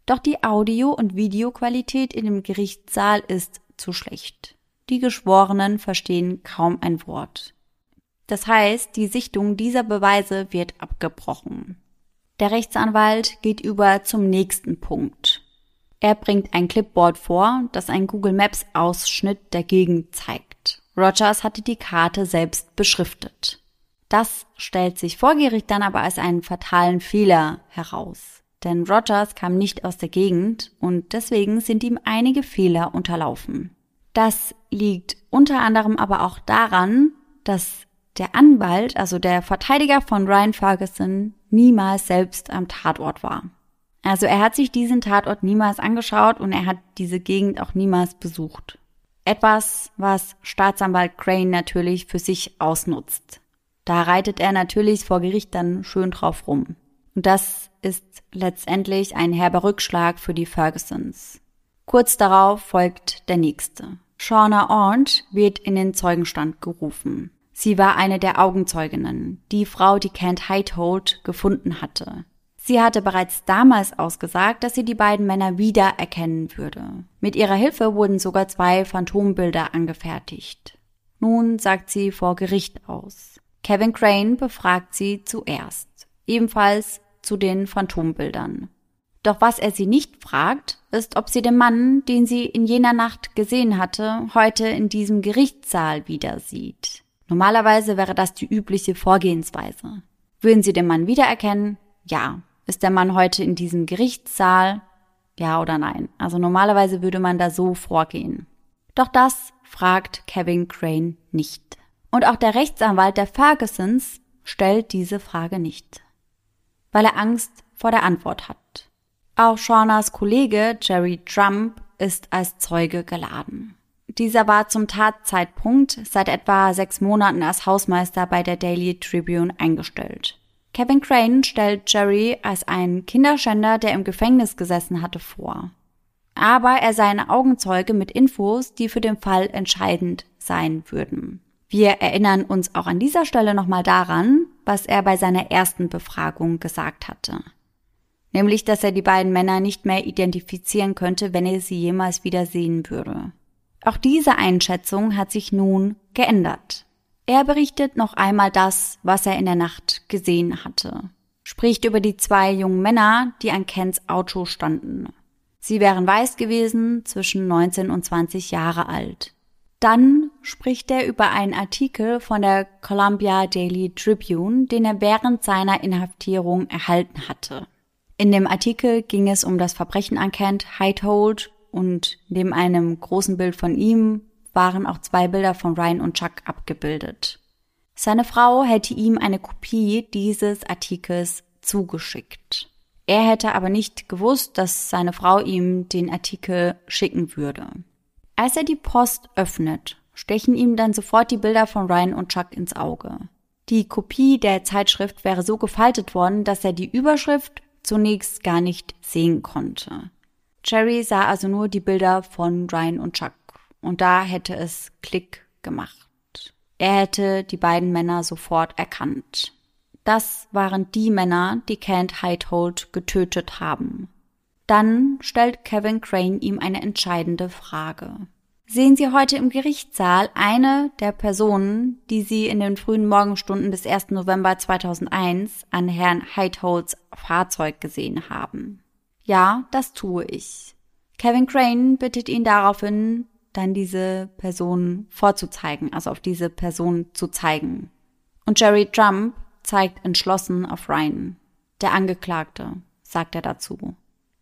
Doch die Audio- und Videoqualität in dem Gerichtssaal ist zu schlecht. Die Geschworenen verstehen kaum ein Wort. Das heißt, die Sichtung dieser Beweise wird abgebrochen. Der Rechtsanwalt geht über zum nächsten Punkt. Er bringt ein Clipboard vor, das einen Google Maps Ausschnitt der Gegend zeigt. Rogers hatte die Karte selbst beschriftet. Das stellt sich vor Gericht dann aber als einen fatalen Fehler heraus. Denn Rogers kam nicht aus der Gegend und deswegen sind ihm einige Fehler unterlaufen. Das liegt unter anderem aber auch daran, dass der Anwalt, also der Verteidiger von Ryan Ferguson, niemals selbst am Tatort war. Also er hat sich diesen Tatort niemals angeschaut und er hat diese Gegend auch niemals besucht. Etwas, was Staatsanwalt Crane natürlich für sich ausnutzt. Da reitet er natürlich vor Gericht dann schön drauf rum. Und das ist letztendlich ein herber Rückschlag für die Fergusons. Kurz darauf folgt der nächste. Shauna Arndt wird in den Zeugenstand gerufen. Sie war eine der Augenzeuginnen, die Frau, die Kent Heitholt gefunden hatte. Sie hatte bereits damals ausgesagt, dass sie die beiden Männer wiedererkennen würde. Mit ihrer Hilfe wurden sogar 2 Phantombilder angefertigt. Nun sagt sie vor Gericht aus. Kevin Crane befragt sie zuerst, ebenfalls zu den Phantombildern. Doch was er sie nicht fragt, ist, ob sie den Mann, den sie in jener Nacht gesehen hatte, heute in diesem Gerichtssaal wieder sieht. Normalerweise wäre das die übliche Vorgehensweise. Würden sie den Mann wiedererkennen? Ja. Ist der Mann heute in diesem Gerichtssaal? Ja oder nein? Also normalerweise würde man da so vorgehen. Doch das fragt Kevin Crane nicht. Und auch der Rechtsanwalt der Fergusons stellt diese Frage nicht, weil er Angst vor der Antwort hat. Auch Shaunas Kollege Jerry Trump ist als Zeuge geladen. Dieser war zum Tatzeitpunkt seit etwa 6 Monaten als Hausmeister bei der Daily Tribune eingestellt. Kevin Crane stellt Jerry als einen Kinderschänder, der im Gefängnis gesessen hatte, vor. Aber er sei ein Augenzeuge mit Infos, die für den Fall entscheidend sein würden. Wir erinnern uns auch an dieser Stelle nochmal daran, was er bei seiner ersten Befragung gesagt hatte. Nämlich, dass er die beiden Männer nicht mehr identifizieren könnte, wenn er sie jemals wieder sehen würde. Auch diese Einschätzung hat sich nun geändert. Er berichtet noch einmal das, was er in der Nacht gesehen hatte. Spricht über die 2 jungen Männer, die an Kents Auto standen. Sie wären weiß gewesen, zwischen 19 und 20 Jahre alt. Dann spricht er über einen Artikel von der Columbia Daily Tribune, den er während seiner Inhaftierung erhalten hatte. In dem Artikel ging es um das Verbrechen an Kent Heitholt und neben einem großen Bild von ihm waren auch 2 Bilder von Ryan und Chuck abgebildet. Seine Frau hätte ihm eine Kopie dieses Artikels zugeschickt. Er hätte aber nicht gewusst, dass seine Frau ihm den Artikel schicken würde. Als er die Post öffnet, stechen ihm dann sofort die Bilder von Ryan und Chuck ins Auge. Die Kopie der Zeitschrift wäre so gefaltet worden, dass er die Überschrift zunächst gar nicht sehen konnte. Jerry sah also nur die Bilder von Ryan und Chuck. Und da hätte es Klick gemacht. Er hätte die beiden Männer sofort erkannt. Das waren die Männer, die Kent Heitholt getötet haben. Dann stellt Kevin Crane ihm eine entscheidende Frage. Sehen Sie heute im Gerichtssaal eine der Personen, die Sie in den frühen Morgenstunden des 1. November 2001 an Herrn Heitholts Fahrzeug gesehen haben? Ja, das tue ich. Kevin Crane bittet ihn daraufhin, dann diese Person vorzuzeigen, also auf diese Person zu zeigen. Und Jerry Trump zeigt entschlossen auf Ryan. Der Angeklagte, sagt er dazu.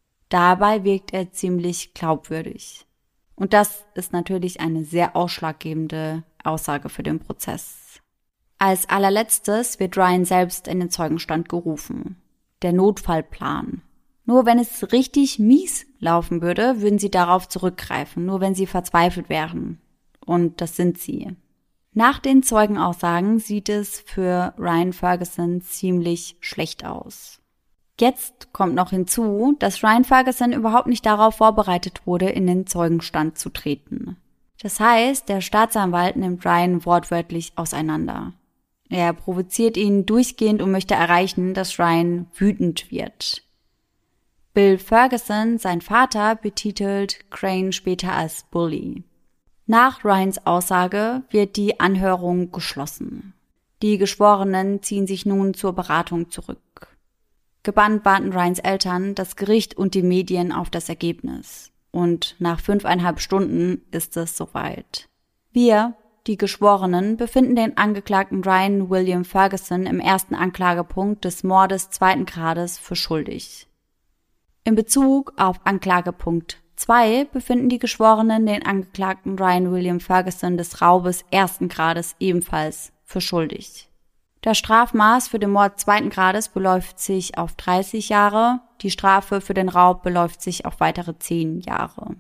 Dabei wirkt er ziemlich glaubwürdig. Und das ist natürlich eine sehr ausschlaggebende Aussage für den Prozess. Als allerletztes wird Ryan selbst in den Zeugenstand gerufen. Der Notfallplan. Nur wenn es richtig mies laufen würde, würden sie darauf zurückgreifen, nur wenn sie verzweifelt wären. Und das sind sie. Nach den Zeugenaussagen sieht es für Ryan Ferguson ziemlich schlecht aus. Jetzt kommt noch hinzu, dass Ryan Ferguson überhaupt nicht darauf vorbereitet wurde, in den Zeugenstand zu treten. Das heißt, der Staatsanwalt nimmt Ryan wortwörtlich auseinander. Er provoziert ihn durchgehend und möchte erreichen, dass Ryan wütend wird. Bill Ferguson, sein Vater, betitelt Crane später als Bully. Nach Ryans Aussage wird die Anhörung geschlossen. Die Geschworenen ziehen sich nun zur Beratung zurück. Gebannt warten Ryans Eltern, das Gericht und die Medien auf das Ergebnis. Und nach 5,5 Stunden ist es soweit. Wir, die Geschworenen, befinden den Angeklagten Ryan William Ferguson im ersten Anklagepunkt des Mordes 2. Grades für schuldig. In Bezug auf Anklagepunkt 2 befinden die Geschworenen den Angeklagten Ryan William Ferguson des Raubes 1. Grades ebenfalls für schuldig. Das Strafmaß für den Mord 2. Grades beläuft sich auf 30 Jahre, die Strafe für den Raub beläuft sich auf weitere 10 Jahre.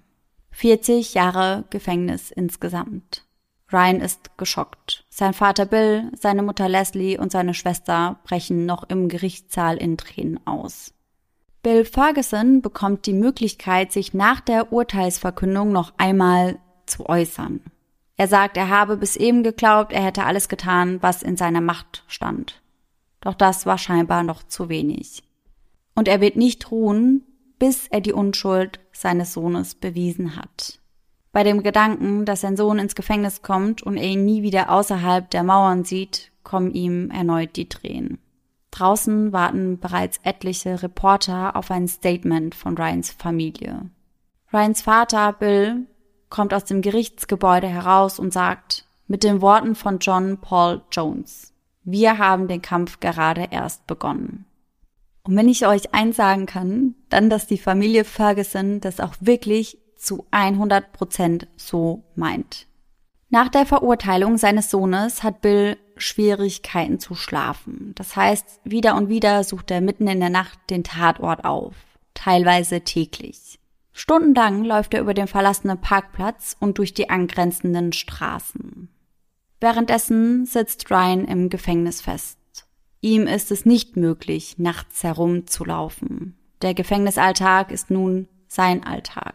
40 Jahre Gefängnis insgesamt. Ryan ist geschockt. Sein Vater Bill, seine Mutter Leslie und seine Schwester brechen noch im Gerichtssaal in Tränen aus. Bill Ferguson bekommt die Möglichkeit, sich nach der Urteilsverkündung noch einmal zu äußern. Er sagt, er habe bis eben geglaubt, er hätte alles getan, was in seiner Macht stand. Doch das war scheinbar noch zu wenig. Und er wird nicht ruhen, bis er die Unschuld seines Sohnes bewiesen hat. Bei dem Gedanken, dass sein Sohn ins Gefängnis kommt und er ihn nie wieder außerhalb der Mauern sieht, kommen ihm erneut die Tränen. Draußen warten bereits etliche Reporter auf ein Statement von Ryans Familie. Ryans Vater, Bill, kommt aus dem Gerichtsgebäude heraus und sagt mit den Worten von John Paul Jones: Wir haben den Kampf gerade erst begonnen. Und wenn ich euch eins sagen kann, dann, dass die Familie Ferguson das auch wirklich zu 100% so meint. Nach der Verurteilung seines Sohnes hat Bill Schwierigkeiten zu schlafen. Das heißt, wieder und wieder sucht er mitten in der Nacht den Tatort auf, teilweise täglich. Stundenlang läuft er über den verlassenen Parkplatz und durch die angrenzenden Straßen. Währenddessen sitzt Ryan im Gefängnis fest. Ihm ist es nicht möglich, nachts herumzulaufen. Der Gefängnisalltag ist nun sein Alltag.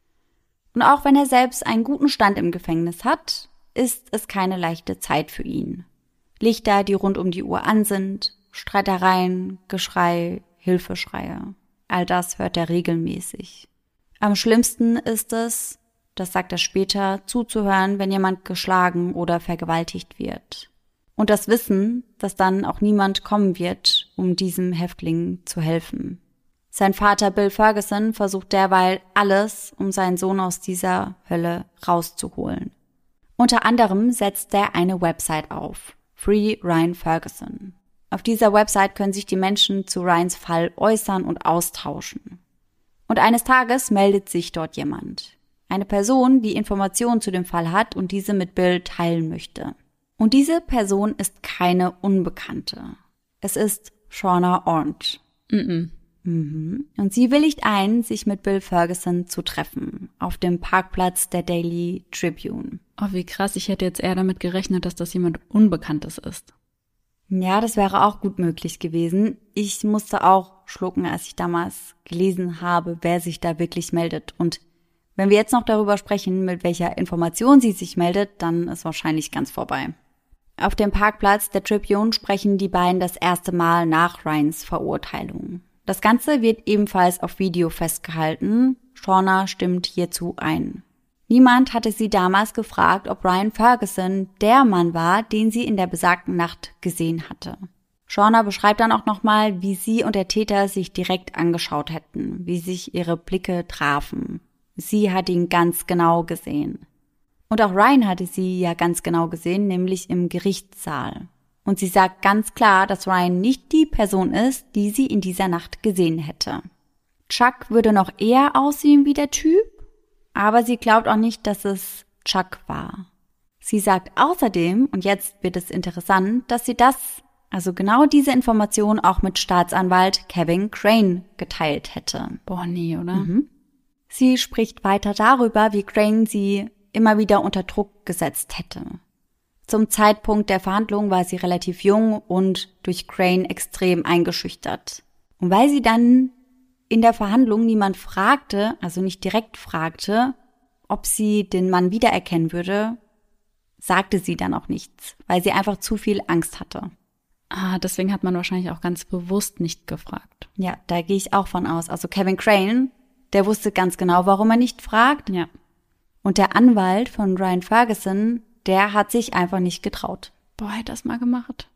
Und auch wenn er selbst einen guten Stand im Gefängnis hat, ist es keine leichte Zeit für ihn. Lichter, die rund um die Uhr an sind, Streitereien, Geschrei, Hilfeschreie. All das hört er regelmäßig. Am schlimmsten ist es, das sagt er später, zuzuhören, wenn jemand geschlagen oder vergewaltigt wird. Und das Wissen, dass dann auch niemand kommen wird, um diesem Häftling zu helfen. Sein Vater Bill Ferguson versucht derweil alles, um seinen Sohn aus dieser Hölle rauszuholen. Unter anderem setzt er eine Website auf, Free Ryan Ferguson. Auf dieser Website können sich die Menschen zu Ryans Fall äußern und austauschen. Und eines Tages meldet sich dort jemand. Eine Person, die Informationen zu dem Fall hat und diese mit Bill teilen möchte. Und diese Person ist keine Unbekannte. Es ist Shauna Orange. Und sie willigt ein, sich mit Bill Ferguson zu treffen, auf dem Parkplatz der Daily Tribune. Oh, wie krass, ich hätte jetzt eher damit gerechnet, dass das jemand Unbekanntes ist. Ja, das wäre auch gut möglich gewesen. Ich musste auch schlucken, als ich damals gelesen habe, wer sich da wirklich meldet. Und wenn wir jetzt noch darüber sprechen, mit welcher Information sie sich meldet, dann ist wahrscheinlich ganz vorbei. Auf dem Parkplatz der Tribune sprechen die beiden das erste Mal nach Ryans Verurteilung. Das Ganze wird ebenfalls auf Video festgehalten. Shauna stimmt hierzu ein. Niemand hatte sie damals gefragt, ob Ryan Ferguson der Mann war, den sie in der besagten Nacht gesehen hatte. Shauna beschreibt dann auch nochmal, wie sie und der Täter sich direkt angeschaut hätten, wie sich ihre Blicke trafen. Sie hat ihn ganz genau gesehen. Und auch Ryan hatte sie ja ganz genau gesehen, nämlich im Gerichtssaal. Und sie sagt ganz klar, dass Ryan nicht die Person ist, die sie in dieser Nacht gesehen hätte. Chuck würde noch eher aussehen wie der Typ, aber sie glaubt auch nicht, dass es Chuck war. Sie sagt außerdem, und jetzt wird es interessant, dass sie also genau diese Information auch mit Staatsanwalt Kevin Crane geteilt hätte. Boah, nee, oder? Sie spricht weiter darüber, wie Crane sie immer wieder unter Druck gesetzt hätte. Zum Zeitpunkt der Verhandlung war sie relativ jung und durch Crane extrem eingeschüchtert. Und weil sie dann in der Verhandlung niemand fragte, also nicht direkt fragte, ob sie den Mann wiedererkennen würde, sagte sie dann auch nichts, weil sie einfach zu viel Angst hatte. Deswegen hat man wahrscheinlich auch ganz bewusst nicht gefragt. Ja, da gehe ich auch von aus. Also Kevin Crane, der wusste ganz genau, warum er nicht fragt. Ja. Und der Anwalt von Ryan Ferguson, der hat sich einfach nicht getraut. Boah, hätte das mal gemacht.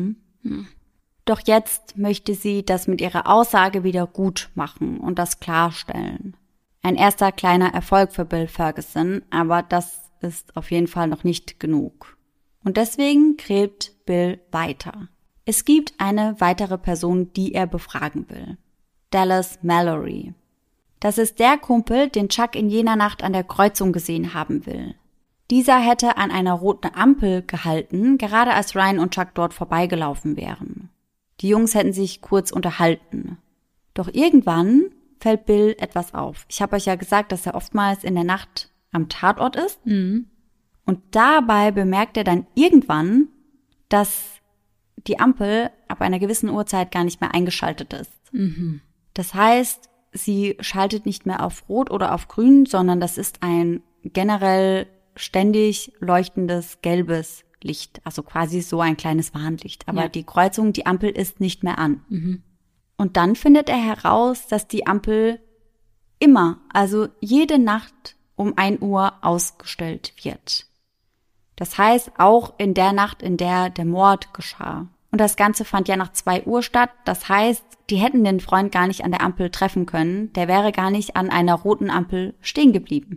Doch jetzt möchte sie das mit ihrer Aussage wieder gut machen und das klarstellen. Ein erster kleiner Erfolg für Bill Ferguson, aber das ist auf jeden Fall noch nicht genug. Und deswegen gräbt Bill weiter. Es gibt eine weitere Person, die er befragen will. Dallas Mallory. Das ist der Kumpel, den Chuck in jener Nacht an der Kreuzung gesehen haben will. Dieser hätte an einer roten Ampel gehalten, gerade als Ryan und Chuck dort vorbeigelaufen wären. Die Jungs hätten sich kurz unterhalten. Doch irgendwann fällt Bill etwas auf. Ich habe euch ja gesagt, dass er oftmals in der Nacht am Tatort ist. Mhm. Und dabei bemerkt er dann irgendwann, dass die Ampel ab einer gewissen Uhrzeit gar nicht mehr eingeschaltet ist. Mhm. Das heißt, sie schaltet nicht mehr auf Rot oder auf Grün, sondern das ist ein generell ständig leuchtendes gelbes Licht. Also quasi so ein kleines Warnlicht. Aber die Kreuzung, die Ampel ist nicht mehr an. Mhm. Und dann findet er heraus, dass die Ampel immer, also jede Nacht um 1 Uhr ausgestellt wird. Das heißt, auch in der Nacht, in der der Mord geschah. Und das Ganze fand ja nach 2 Uhr statt. Das heißt, die hätten den Freund gar nicht an der Ampel treffen können. Der wäre gar nicht an einer roten Ampel stehen geblieben.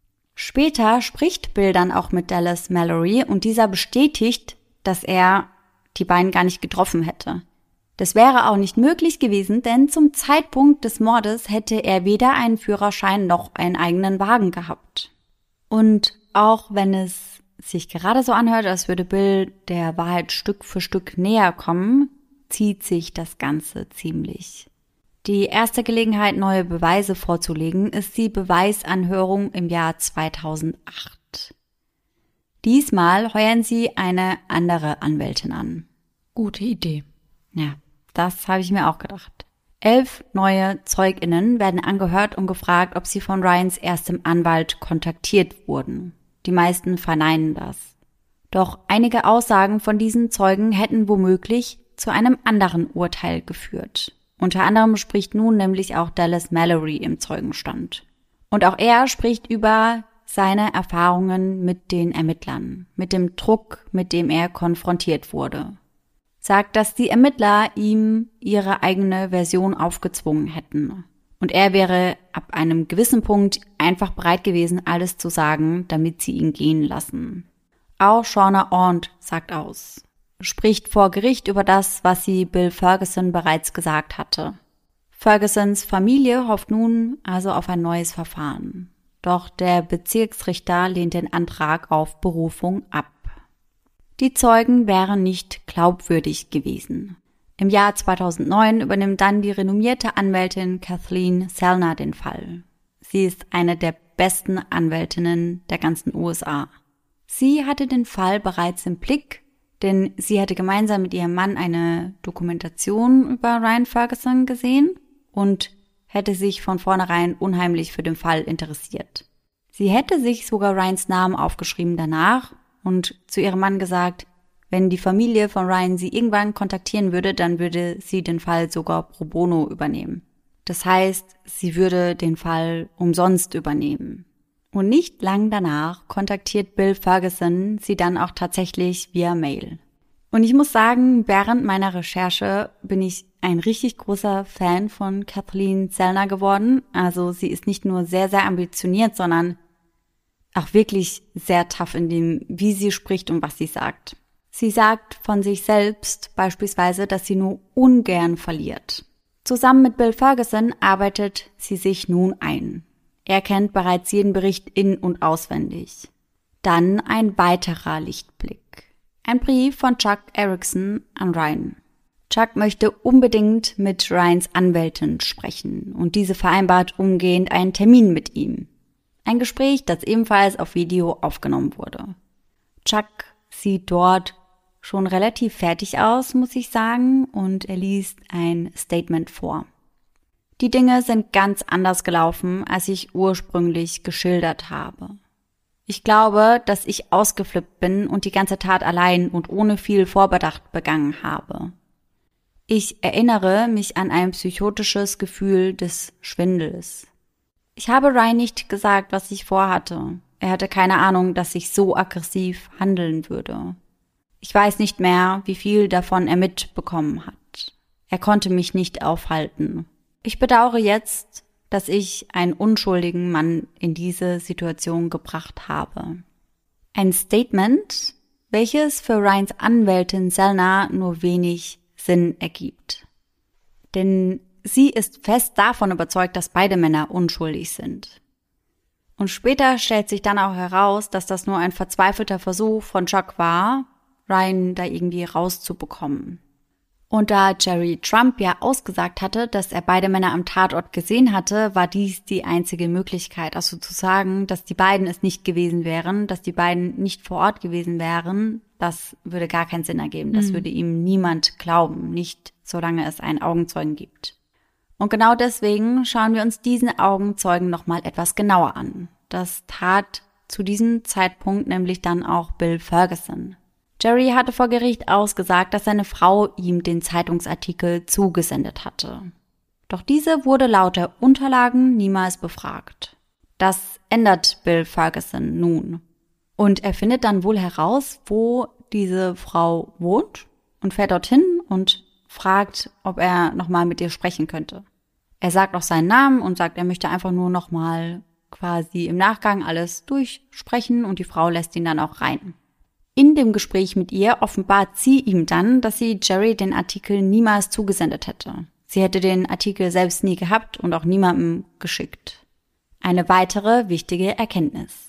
Später spricht Bill dann auch mit Dallas Mallory und dieser bestätigt, dass er die beiden gar nicht getroffen hätte. Das wäre auch nicht möglich gewesen, denn zum Zeitpunkt des Mordes hätte er weder einen Führerschein noch einen eigenen Wagen gehabt. Und auch wenn es sich gerade so anhört, als würde Bill der Wahrheit Stück für Stück näher kommen, zieht sich das Ganze ziemlich. Die erste Gelegenheit, neue Beweise vorzulegen, ist die Beweisanhörung im Jahr 2008. Diesmal heuern sie eine andere Anwältin an. Gute Idee. Ja, das habe ich mir auch gedacht. 11 neue ZeugInnen werden angehört und gefragt, ob sie von Ryans erstem Anwalt kontaktiert wurden. Die meisten verneinen das. Doch einige Aussagen von diesen Zeugen hätten womöglich zu einem anderen Urteil geführt. Unter anderem spricht nun nämlich auch Dallas Mallory im Zeugenstand. Und auch er spricht über seine Erfahrungen mit den Ermittlern, mit dem Druck, mit dem er konfrontiert wurde. Sagt, dass die Ermittler ihm ihre eigene Version aufgezwungen hätten. Und er wäre ab einem gewissen Punkt einfach bereit gewesen, alles zu sagen, damit sie ihn gehen lassen. Auch Shauna Arndt sagt aus. Spricht vor Gericht über das, was sie Bill Ferguson bereits gesagt hatte. Fergusons Familie hofft nun also auf ein neues Verfahren. Doch der Bezirksrichter lehnt den Antrag auf Berufung ab. Die Zeugen wären nicht glaubwürdig gewesen. Im Jahr 2009 übernimmt dann die renommierte Anwältin Kathleen Zellner den Fall. Sie ist eine der besten Anwältinnen der ganzen USA. Sie hatte den Fall bereits im Blick, denn sie hatte gemeinsam mit ihrem Mann eine Dokumentation über Ryan Ferguson gesehen und hätte sich von vornherein unheimlich für den Fall interessiert. Sie hätte sich sogar Ryans Namen aufgeschrieben danach und zu ihrem Mann gesagt, wenn die Familie von Ryan sie irgendwann kontaktieren würde, dann würde sie den Fall sogar pro bono übernehmen. Das heißt, sie würde den Fall umsonst übernehmen. Und nicht lang danach kontaktiert Bill Ferguson sie dann auch tatsächlich via Mail. Und ich muss sagen, während meiner Recherche bin ich ein richtig großer Fan von Kathleen Zellner geworden. Also sie ist nicht nur sehr, sehr ambitioniert, sondern auch wirklich sehr tough in dem, wie sie spricht und was sie sagt. Sie sagt von sich selbst beispielsweise, dass sie nur ungern verliert. Zusammen mit Bill Ferguson arbeitet sie sich nun ein. Er kennt bereits jeden Bericht in- und auswendig. Dann ein weiterer Lichtblick. Ein Brief von Chuck Erickson an Ryan. Chuck möchte unbedingt mit Ryans Anwältin sprechen und diese vereinbart umgehend einen Termin mit ihm. Ein Gespräch, das ebenfalls auf Video aufgenommen wurde. Chuck sieht dort schon relativ fertig aus, muss ich sagen, und er liest ein Statement vor. Die Dinge sind ganz anders gelaufen, als ich ursprünglich geschildert habe. Ich glaube, dass ich ausgeflippt bin und die ganze Tat allein und ohne viel Vorbedacht begangen habe. Ich erinnere mich an ein psychotisches Gefühl des Schwindels. Ich habe Ryan nicht gesagt, was ich vorhatte. Er hatte keine Ahnung, dass ich so aggressiv handeln würde. Ich weiß nicht mehr, wie viel davon er mitbekommen hat. Er konnte mich nicht aufhalten. Ich bedauere jetzt, dass ich einen unschuldigen Mann in diese Situation gebracht habe. Ein Statement, welches für Ryans Anwältin Selna nur wenig Sinn ergibt. Denn sie ist fest davon überzeugt, dass beide Männer unschuldig sind. Und später stellt sich dann auch heraus, dass das nur ein verzweifelter Versuch von Chuck war, Ryan da irgendwie rauszubekommen. Und da Jerry Trump ja ausgesagt hatte, dass er beide Männer am Tatort gesehen hatte, war dies die einzige Möglichkeit. Also zu sagen, dass die beiden es nicht gewesen wären, dass die beiden nicht vor Ort gewesen wären, das würde gar keinen Sinn ergeben. Das würde ihm niemand glauben, nicht solange es einen Augenzeugen gibt. Und genau deswegen schauen wir uns diesen Augenzeugen nochmal etwas genauer an. Das tat zu diesem Zeitpunkt nämlich dann auch Bill Ferguson. Jerry hatte vor Gericht ausgesagt, dass seine Frau ihm den Zeitungsartikel zugesendet hatte. Doch diese wurde laut der Unterlagen niemals befragt. Das ändert Bill Ferguson nun. Und er findet dann wohl heraus, wo diese Frau wohnt und fährt dorthin und fragt, ob er nochmal mit ihr sprechen könnte. Er sagt auch seinen Namen und sagt, er möchte einfach nur nochmal quasi im Nachgang alles durchsprechen und die Frau lässt ihn dann auch rein. In dem Gespräch mit ihr offenbart sie ihm dann, dass sie Jerry den Artikel niemals zugesendet hätte. Sie hätte den Artikel selbst nie gehabt und auch niemandem geschickt. Eine weitere wichtige Erkenntnis.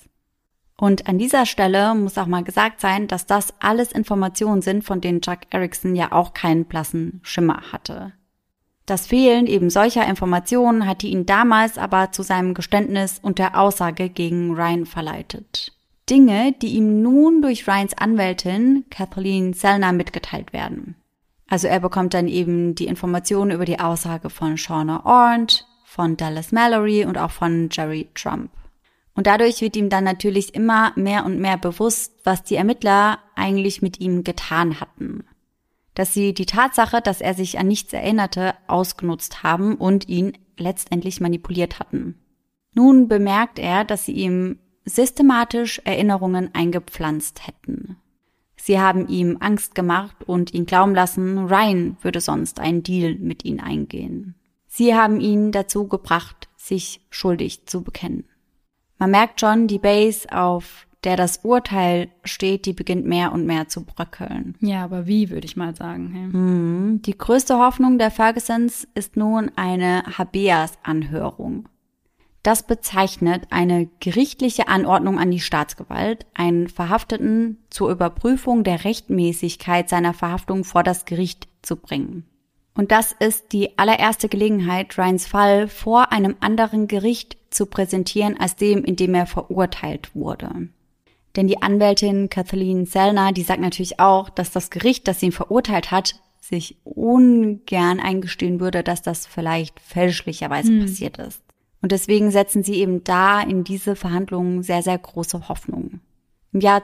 Und an dieser Stelle muss auch mal gesagt sein, dass das alles Informationen sind, von denen Chuck Erickson ja auch keinen blassen Schimmer hatte. Das Fehlen eben solcher Informationen hatte ihn damals aber zu seinem Geständnis und der Aussage gegen Ryan verleitet. Dinge, die ihm nun durch Ryans Anwältin Kathleen Selna mitgeteilt werden. Also er bekommt dann eben die Informationen über die Aussage von Shauna Ornt, von Dallas Mallory und auch von Jerry Trump. Und dadurch wird ihm dann natürlich immer mehr und mehr bewusst, was die Ermittler eigentlich mit ihm getan hatten. Dass sie die Tatsache, dass er sich an nichts erinnerte, ausgenutzt haben und ihn letztendlich manipuliert hatten. Nun bemerkt er, dass sie ihm systematisch Erinnerungen eingepflanzt hätten. Sie haben ihm Angst gemacht und ihn glauben lassen, Ryan würde sonst einen Deal mit ihnen eingehen. Sie haben ihn dazu gebracht, sich schuldig zu bekennen. Man merkt schon, die Base, auf der das Urteil steht, die beginnt mehr und mehr zu bröckeln. Ja, aber wie, würde ich mal sagen. Die größte Hoffnung der Fergusons ist nun eine Habeas-Anhörung. Das bezeichnet eine gerichtliche Anordnung an die Staatsgewalt, einen Verhafteten zur Überprüfung der Rechtmäßigkeit seiner Verhaftung vor das Gericht zu bringen. Und das ist die allererste Gelegenheit, Ryans Fall vor einem anderen Gericht zu präsentieren, als dem, in dem er verurteilt wurde. Denn die Anwältin Kathleen Selna, die sagt natürlich auch, dass das Gericht, das ihn verurteilt hat, sich ungern eingestehen würde, dass das vielleicht fälschlicherweise passiert ist. Und deswegen setzen sie eben da in diese Verhandlungen sehr, sehr große Hoffnung. Im Jahr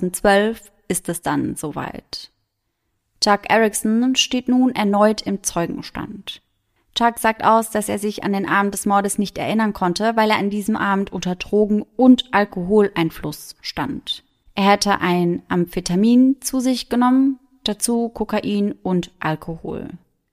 2012 ist es dann soweit. Chuck Erickson steht nun erneut im Zeugenstand. Chuck sagt aus, dass er sich an den Abend des Mordes nicht erinnern konnte, weil er an diesem Abend unter Drogen- und Alkoholeinfluss stand. Er hätte ein Amphetamin zu sich genommen, dazu Kokain und Alkohol.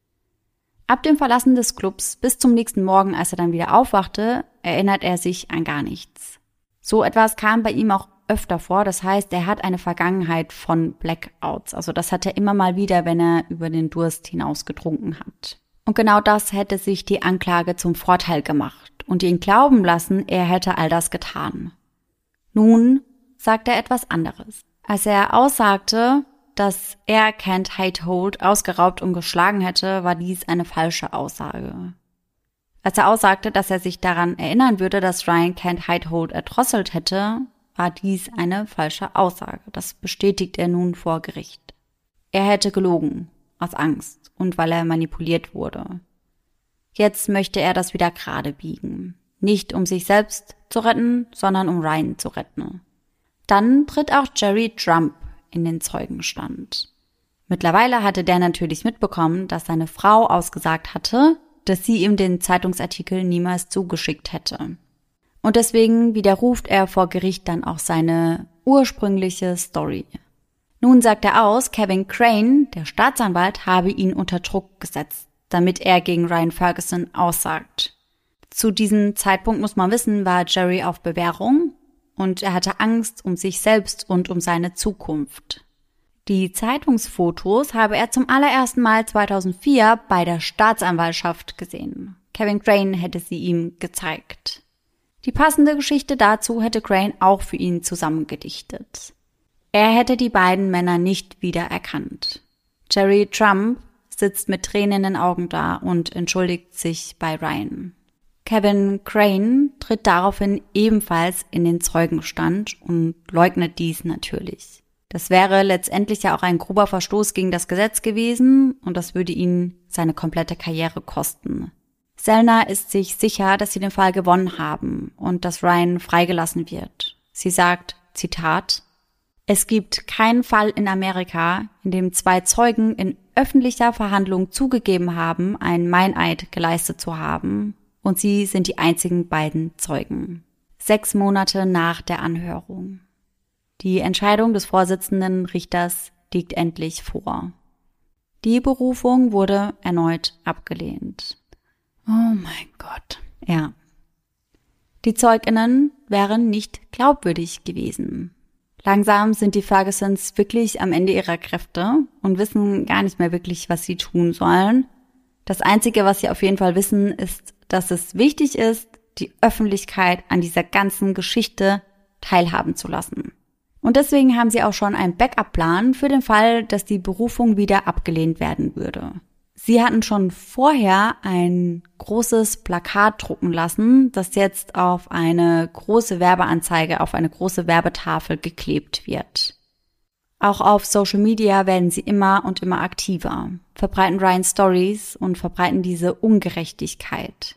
Ab dem Verlassen des Clubs bis zum nächsten Morgen, als er dann wieder aufwachte, erinnert er sich an gar nichts. So etwas kam bei ihm auch öfter vor, das heißt, er hat eine Vergangenheit von Blackouts. Also das hat er immer mal wieder, wenn er über den Durst hinaus getrunken hat. Und genau das hätte sich die Anklage zum Vorteil gemacht und ihn glauben lassen, er hätte all das getan. Nun sagt er etwas anderes. Als er aussagte, dass er Kent Heitholt ausgeraubt und geschlagen hätte, war dies eine falsche Aussage. Als er aussagte, dass er sich daran erinnern würde, dass Ryan Kent Heitholt erdrosselt hätte, war dies eine falsche Aussage. Das bestätigt er nun vor Gericht. Er hätte gelogen, aus Angst und weil er manipuliert wurde. Jetzt möchte er das wieder gerade biegen. Nicht um sich selbst zu retten, sondern um Ryan zu retten. Dann tritt auch Jerry Trump in den Zeugenstand. Mittlerweile hatte der natürlich mitbekommen, dass seine Frau ausgesagt hatte, dass sie ihm den Zeitungsartikel niemals zugeschickt hätte. Und deswegen widerruft er vor Gericht dann auch seine ursprüngliche Story. Nun sagt er aus, Kevin Crane, der Staatsanwalt, habe ihn unter Druck gesetzt, damit er gegen Ryan Ferguson aussagt. Zu diesem Zeitpunkt, muss man wissen, war Jerry auf Bewährung und er hatte Angst um sich selbst und um seine Zukunft. Die Zeitungsfotos habe er zum allerersten Mal 2004 bei der Staatsanwaltschaft gesehen. Kevin Crane hätte sie ihm gezeigt. Die passende Geschichte dazu hätte Crane auch für ihn zusammengedichtet. Er hätte die beiden Männer nicht wiedererkannt. Jerry Trump sitzt mit Tränen in den Augen da und entschuldigt sich bei Ryan. Kevin Crane tritt daraufhin ebenfalls in den Zeugenstand und leugnet dies natürlich. Das wäre letztendlich ja auch ein grober Verstoß gegen das Gesetz gewesen und das würde ihn seine komplette Karriere kosten. Selna ist sich sicher, dass sie den Fall gewonnen haben und dass Ryan freigelassen wird. Sie sagt, Zitat, es gibt keinen Fall in Amerika, in dem 2 Zeugen in öffentlicher Verhandlung zugegeben haben, einen Meineid geleistet zu haben und sie sind die einzigen beiden Zeugen. 6 Monate nach der Anhörung. Die Entscheidung des Vorsitzenden Richters liegt endlich vor. Die Berufung wurde erneut abgelehnt. Oh mein Gott. Ja. Die ZeugInnen wären nicht glaubwürdig gewesen. Langsam sind die Fergusons wirklich am Ende ihrer Kräfte und wissen gar nicht mehr wirklich, was sie tun sollen. Das Einzige, was sie auf jeden Fall wissen, ist, dass es wichtig ist, die Öffentlichkeit an dieser ganzen Geschichte teilhaben zu lassen. Und deswegen haben sie auch schon einen Backup-Plan für den Fall, dass die Berufung wieder abgelehnt werden würde. Sie hatten schon vorher ein großes Plakat drucken lassen, das jetzt auf eine große Werbeanzeige, auf eine große Werbetafel geklebt wird. Auch auf Social Media werden sie immer und immer aktiver, verbreiten Ryans Stories und verbreiten diese Ungerechtigkeit.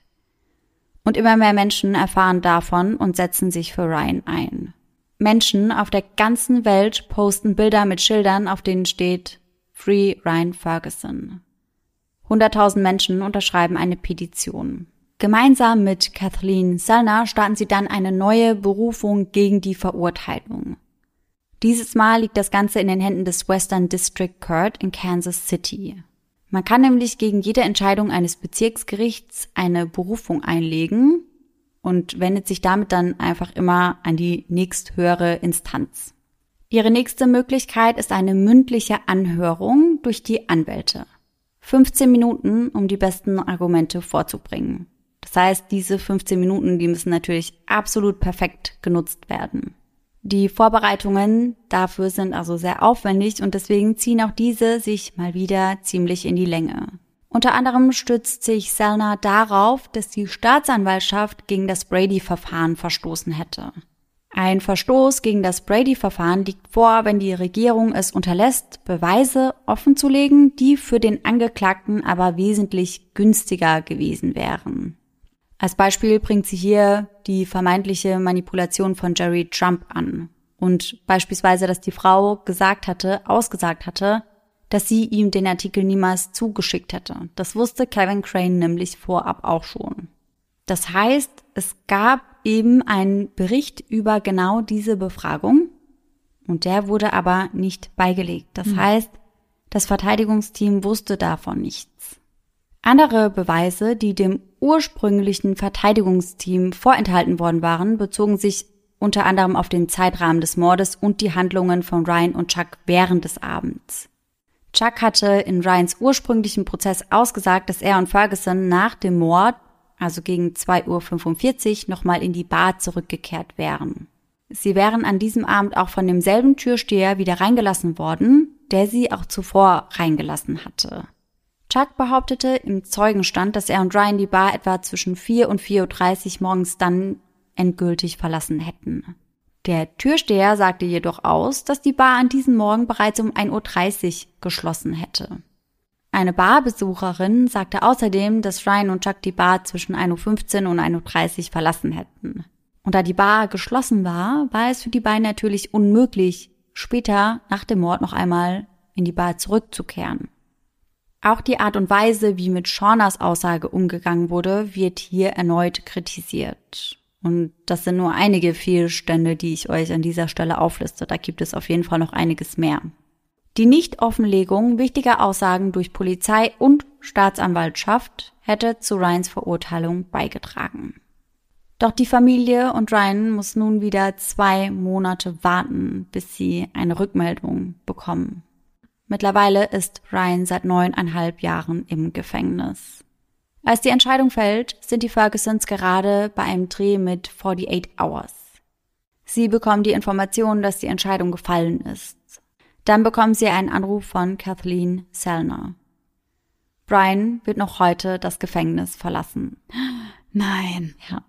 Und immer mehr Menschen erfahren davon und setzen sich für Ryan ein. Menschen auf der ganzen Welt posten Bilder mit Schildern, auf denen steht Free Ryan Ferguson. 100.000 Menschen unterschreiben eine Petition. Gemeinsam mit Kathleen Selna starten sie dann eine neue Berufung gegen die Verurteilung. Dieses Mal liegt das Ganze in den Händen des Western District Court in Kansas City. Man kann nämlich gegen jede Entscheidung eines Bezirksgerichts eine Berufung einlegen und wendet sich damit dann einfach immer an die nächsthöhere Instanz. Ihre nächste Möglichkeit ist eine mündliche Anhörung durch die Anwälte. 15 Minuten, um die besten Argumente vorzubringen. Das heißt, diese 15 Minuten, die müssen natürlich absolut perfekt genutzt werden. Die Vorbereitungen dafür sind also sehr aufwendig und deswegen ziehen auch diese sich mal wieder ziemlich in die Länge. Unter anderem stützt sich Selna darauf, dass die Staatsanwaltschaft gegen das Brady-Verfahren verstoßen hätte. Ein Verstoß gegen das Brady-Verfahren liegt vor, wenn die Regierung es unterlässt, Beweise offenzulegen, die für den Angeklagten aber wesentlich günstiger gewesen wären. Als Beispiel bringt sie hier die vermeintliche Manipulation von Jerry Trump an und beispielsweise, dass die Frau ausgesagt hatte, dass sie ihm den Artikel niemals zugeschickt hätte. Das wusste Kevin Crane nämlich vorab auch schon. Das heißt, es gab eben einen Bericht über genau diese Befragung und der wurde aber nicht beigelegt. Das heißt, das Verteidigungsteam wusste davon nichts. Andere Beweise, die dem ursprünglichen Verteidigungsteam vorenthalten worden waren, bezogen sich unter anderem auf den Zeitrahmen des Mordes und die Handlungen von Ryan und Chuck während des Abends. Chuck hatte in Ryans ursprünglichen Prozess ausgesagt, dass er und Ferguson nach dem Mord, also gegen 2:45 Uhr, nochmal in die Bar zurückgekehrt wären. Sie wären an diesem Abend auch von demselben Türsteher wieder reingelassen worden, der sie auch zuvor reingelassen hatte. Chuck behauptete im Zeugenstand, dass er und Ryan die Bar etwa zwischen 4 und 4:30 Uhr morgens dann endgültig verlassen hätten. Der Türsteher sagte jedoch aus, dass die Bar an diesem Morgen bereits um 1:30 Uhr geschlossen hätte. Eine Barbesucherin sagte außerdem, dass Ryan und Chuck die Bar zwischen 1:15 Uhr und 1:30 Uhr verlassen hätten. Und da die Bar geschlossen war, war es für die beiden natürlich unmöglich, später nach dem Mord noch einmal in die Bar zurückzukehren. Auch die Art und Weise, wie mit Shaunas Aussage umgegangen wurde, wird hier erneut kritisiert. Und das sind nur einige Fehlstände, die ich euch an dieser Stelle aufliste. Da gibt es auf jeden Fall noch einiges mehr. Die Nicht-Offenlegung wichtiger Aussagen durch Polizei und Staatsanwaltschaft hätte zu Ryans Verurteilung beigetragen. Doch die Familie und Ryan muss nun wieder 2 Monate warten, bis sie eine Rückmeldung bekommen. Mittlerweile ist Ryan seit 9,5 Jahren im Gefängnis. Als die Entscheidung fällt, sind die Fergusons gerade bei einem Dreh mit 48 Hours. Sie bekommen die Information, dass die Entscheidung gefallen ist. Dann bekommen sie einen Anruf von Kathleen Zellner. Brian wird noch heute das Gefängnis verlassen. Nein. Ja.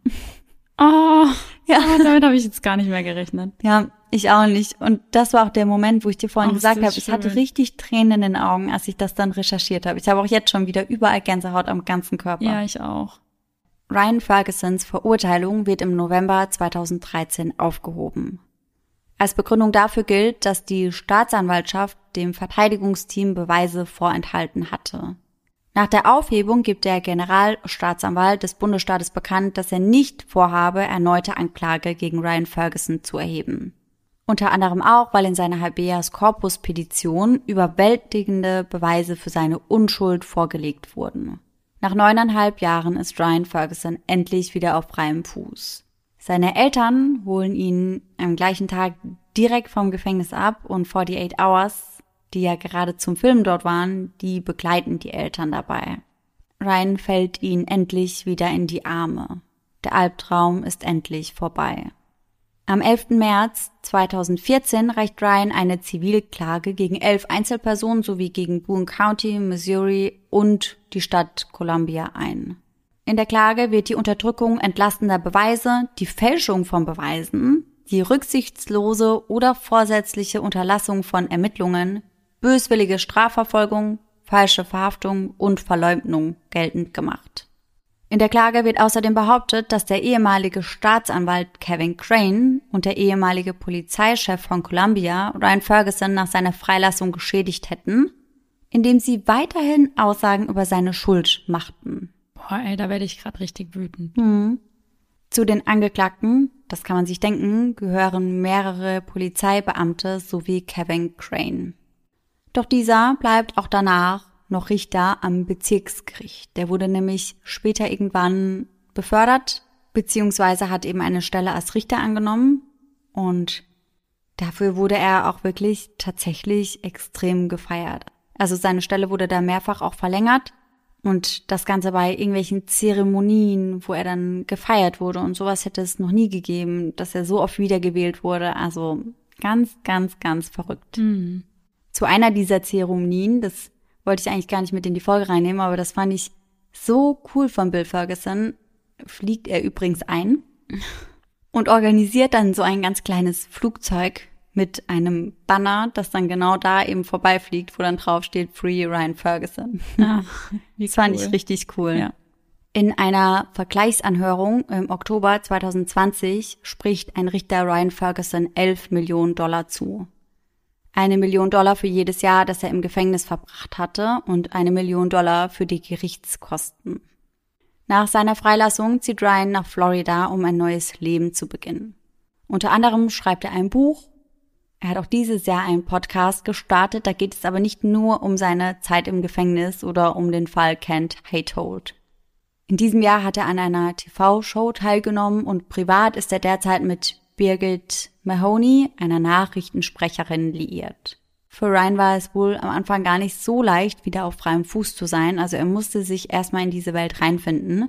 Oh, ja, damit habe ich jetzt gar nicht mehr gerechnet. Ja, ich auch nicht. Und das war auch der Moment, wo ich dir vorhin gesagt habe, ich hatte richtig Tränen in den Augen, als ich das dann recherchiert habe. Ich habe auch jetzt schon wieder überall Gänsehaut am ganzen Körper. Ja, ich auch. Ryan Fergusons Verurteilung wird im November 2013 aufgehoben. Als Begründung dafür gilt, dass die Staatsanwaltschaft dem Verteidigungsteam Beweise vorenthalten hatte. Nach der Aufhebung gibt der Generalstaatsanwalt des Bundesstaates bekannt, dass er nicht vorhabe, erneute Anklage gegen Ryan Ferguson zu erheben. Unter anderem auch, weil in seiner Habeas Corpus Petition überwältigende Beweise für seine Unschuld vorgelegt wurden. Nach 9,5 Jahren ist Ryan Ferguson endlich wieder auf freiem Fuß. Seine Eltern holen ihn am gleichen Tag direkt vom Gefängnis ab und 48 Hours, die ja gerade zum Film dort waren, die begleiten die Eltern dabei. Ryan fällt ihnen endlich wieder in die Arme. Der Albtraum ist endlich vorbei. Am 11. März 2014 reicht Ryan eine Zivilklage gegen 11 Einzelpersonen sowie gegen Boone County, Missouri und die Stadt Columbia ein. In der Klage wird die Unterdrückung entlastender Beweise, die Fälschung von Beweisen, die rücksichtslose oder vorsätzliche Unterlassung von Ermittlungen, böswillige Strafverfolgung, falsche Verhaftung und Verleumdung geltend gemacht. In der Klage wird außerdem behauptet, dass der ehemalige Staatsanwalt Kevin Crane und der ehemalige Polizeichef von Columbia Ryan Ferguson nach seiner Freilassung geschädigt hätten, indem sie weiterhin Aussagen über seine Schuld machten. Boah, ey, da werde ich gerade richtig wütend. Zu den Angeklagten, das kann man sich denken, gehören mehrere Polizeibeamte sowie Kevin Crane. Doch dieser bleibt auch danach noch Richter am Bezirksgericht. Der wurde nämlich später irgendwann befördert, beziehungsweise hat eben eine Stelle als Richter angenommen. Und dafür wurde er auch wirklich tatsächlich extrem gefeiert. Also seine Stelle wurde da mehrfach auch verlängert. Und das Ganze bei irgendwelchen Zeremonien, wo er dann gefeiert wurde und sowas hätte es noch nie gegeben, dass er so oft wiedergewählt wurde. Also ganz, ganz, ganz verrückt. Zu einer dieser Zeremonien, das wollte ich eigentlich gar nicht mit in die Folge reinnehmen, aber das fand ich so cool von Bill Ferguson, fliegt er übrigens ein und organisiert dann so ein ganz kleines Flugzeug mit einem Banner, das dann genau da eben vorbeifliegt, wo dann drauf steht Free Ryan Ferguson. Das fand ich richtig cool. Ja. In einer Vergleichsanhörung im Oktober 2020 spricht ein Richter Ryan Ferguson $11 Millionen zu. $1 Million für jedes Jahr, das er im Gefängnis verbracht hatte und $1 Million für die Gerichtskosten. Nach seiner Freilassung zieht Ryan nach Florida, um ein neues Leben zu beginnen. Unter anderem schreibt er ein Buch. Er hat auch dieses Jahr einen Podcast gestartet, da geht es aber nicht nur um seine Zeit im Gefängnis oder um den Fall Kent Haytold. In diesem Jahr hat er an einer TV-Show teilgenommen und privat ist er derzeit mit Birgit Mahoney, einer Nachrichtensprecherin, liiert. Für Ryan war es wohl am Anfang gar nicht so leicht, wieder auf freiem Fuß zu sein, also er musste sich erstmal in diese Welt reinfinden.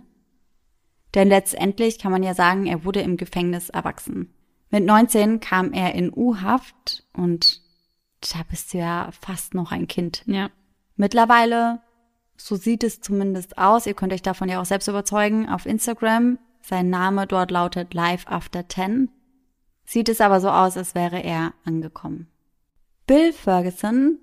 Denn letztendlich kann man ja sagen, er wurde im Gefängnis erwachsen. Mit 19 kam er in U-Haft und da bist du ja fast noch ein Kind. Ja. Mittlerweile, so sieht es zumindest aus, ihr könnt euch davon ja auch selbst überzeugen, auf Instagram, sein Name dort lautet Life After 10, sieht es aber so aus, als wäre er angekommen. Bill Ferguson,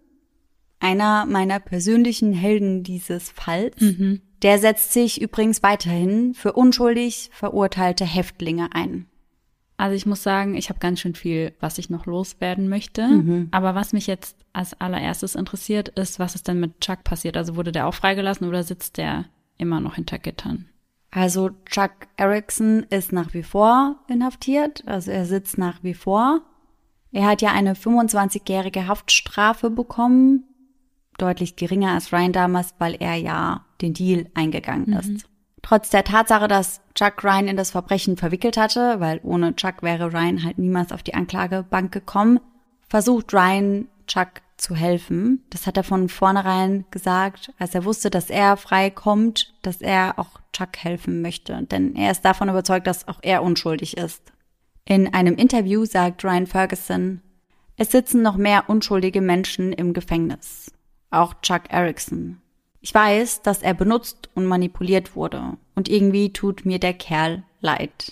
einer meiner persönlichen Helden dieses Falls, der setzt sich übrigens weiterhin für unschuldig verurteilte Häftlinge ein. Also ich muss sagen, ich habe ganz schön viel, was ich noch loswerden möchte. Aber was mich jetzt als allererstes interessiert, ist, was ist denn mit Chuck passiert? Also wurde der auch freigelassen oder sitzt der immer noch hinter Gittern? Also Chuck Erickson ist nach wie vor inhaftiert, also er sitzt nach wie vor. Er hat ja eine 25-jährige Haftstrafe bekommen, deutlich geringer als Ryan damals, weil er ja den Deal eingegangen ist. Trotz der Tatsache, dass Chuck Ryan in das Verbrechen verwickelt hatte, weil ohne Chuck wäre Ryan halt niemals auf die Anklagebank gekommen, versucht Ryan, Chuck zu helfen. Das hat er von vornherein gesagt, als er wusste, dass er frei kommt, dass er auch Chuck helfen möchte. Denn er ist davon überzeugt, dass auch er unschuldig ist. In einem Interview sagt Ryan Ferguson, es sitzen noch mehr unschuldige Menschen im Gefängnis. Auch Chuck Erickson. Ich weiß, dass er benutzt und manipuliert wurde. Und irgendwie tut mir der Kerl leid.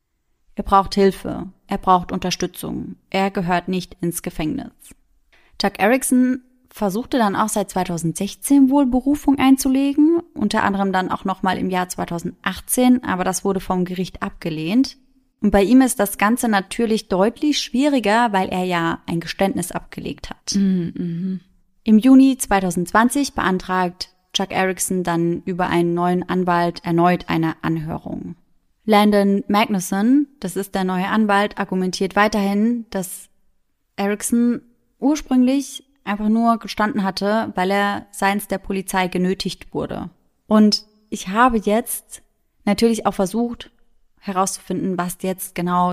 Er braucht Hilfe. Er braucht Unterstützung. Er gehört nicht ins Gefängnis. Chuck Erickson versuchte dann auch seit 2016 wohl Berufung einzulegen, unter anderem dann auch nochmal im Jahr 2018, aber das wurde vom Gericht abgelehnt. Und bei ihm ist das Ganze natürlich deutlich schwieriger, weil er ja ein Geständnis abgelegt hat. Im Juni 2020 beantragt Chuck Erickson dann über einen neuen Anwalt erneut eine Anhörung. Landon Magnuson, das ist der neue Anwalt, argumentiert weiterhin, dass Erickson ursprünglich einfach nur gestanden hatte, weil er seitens der Polizei genötigt wurde. Und ich habe jetzt natürlich auch versucht herauszufinden, was jetzt genau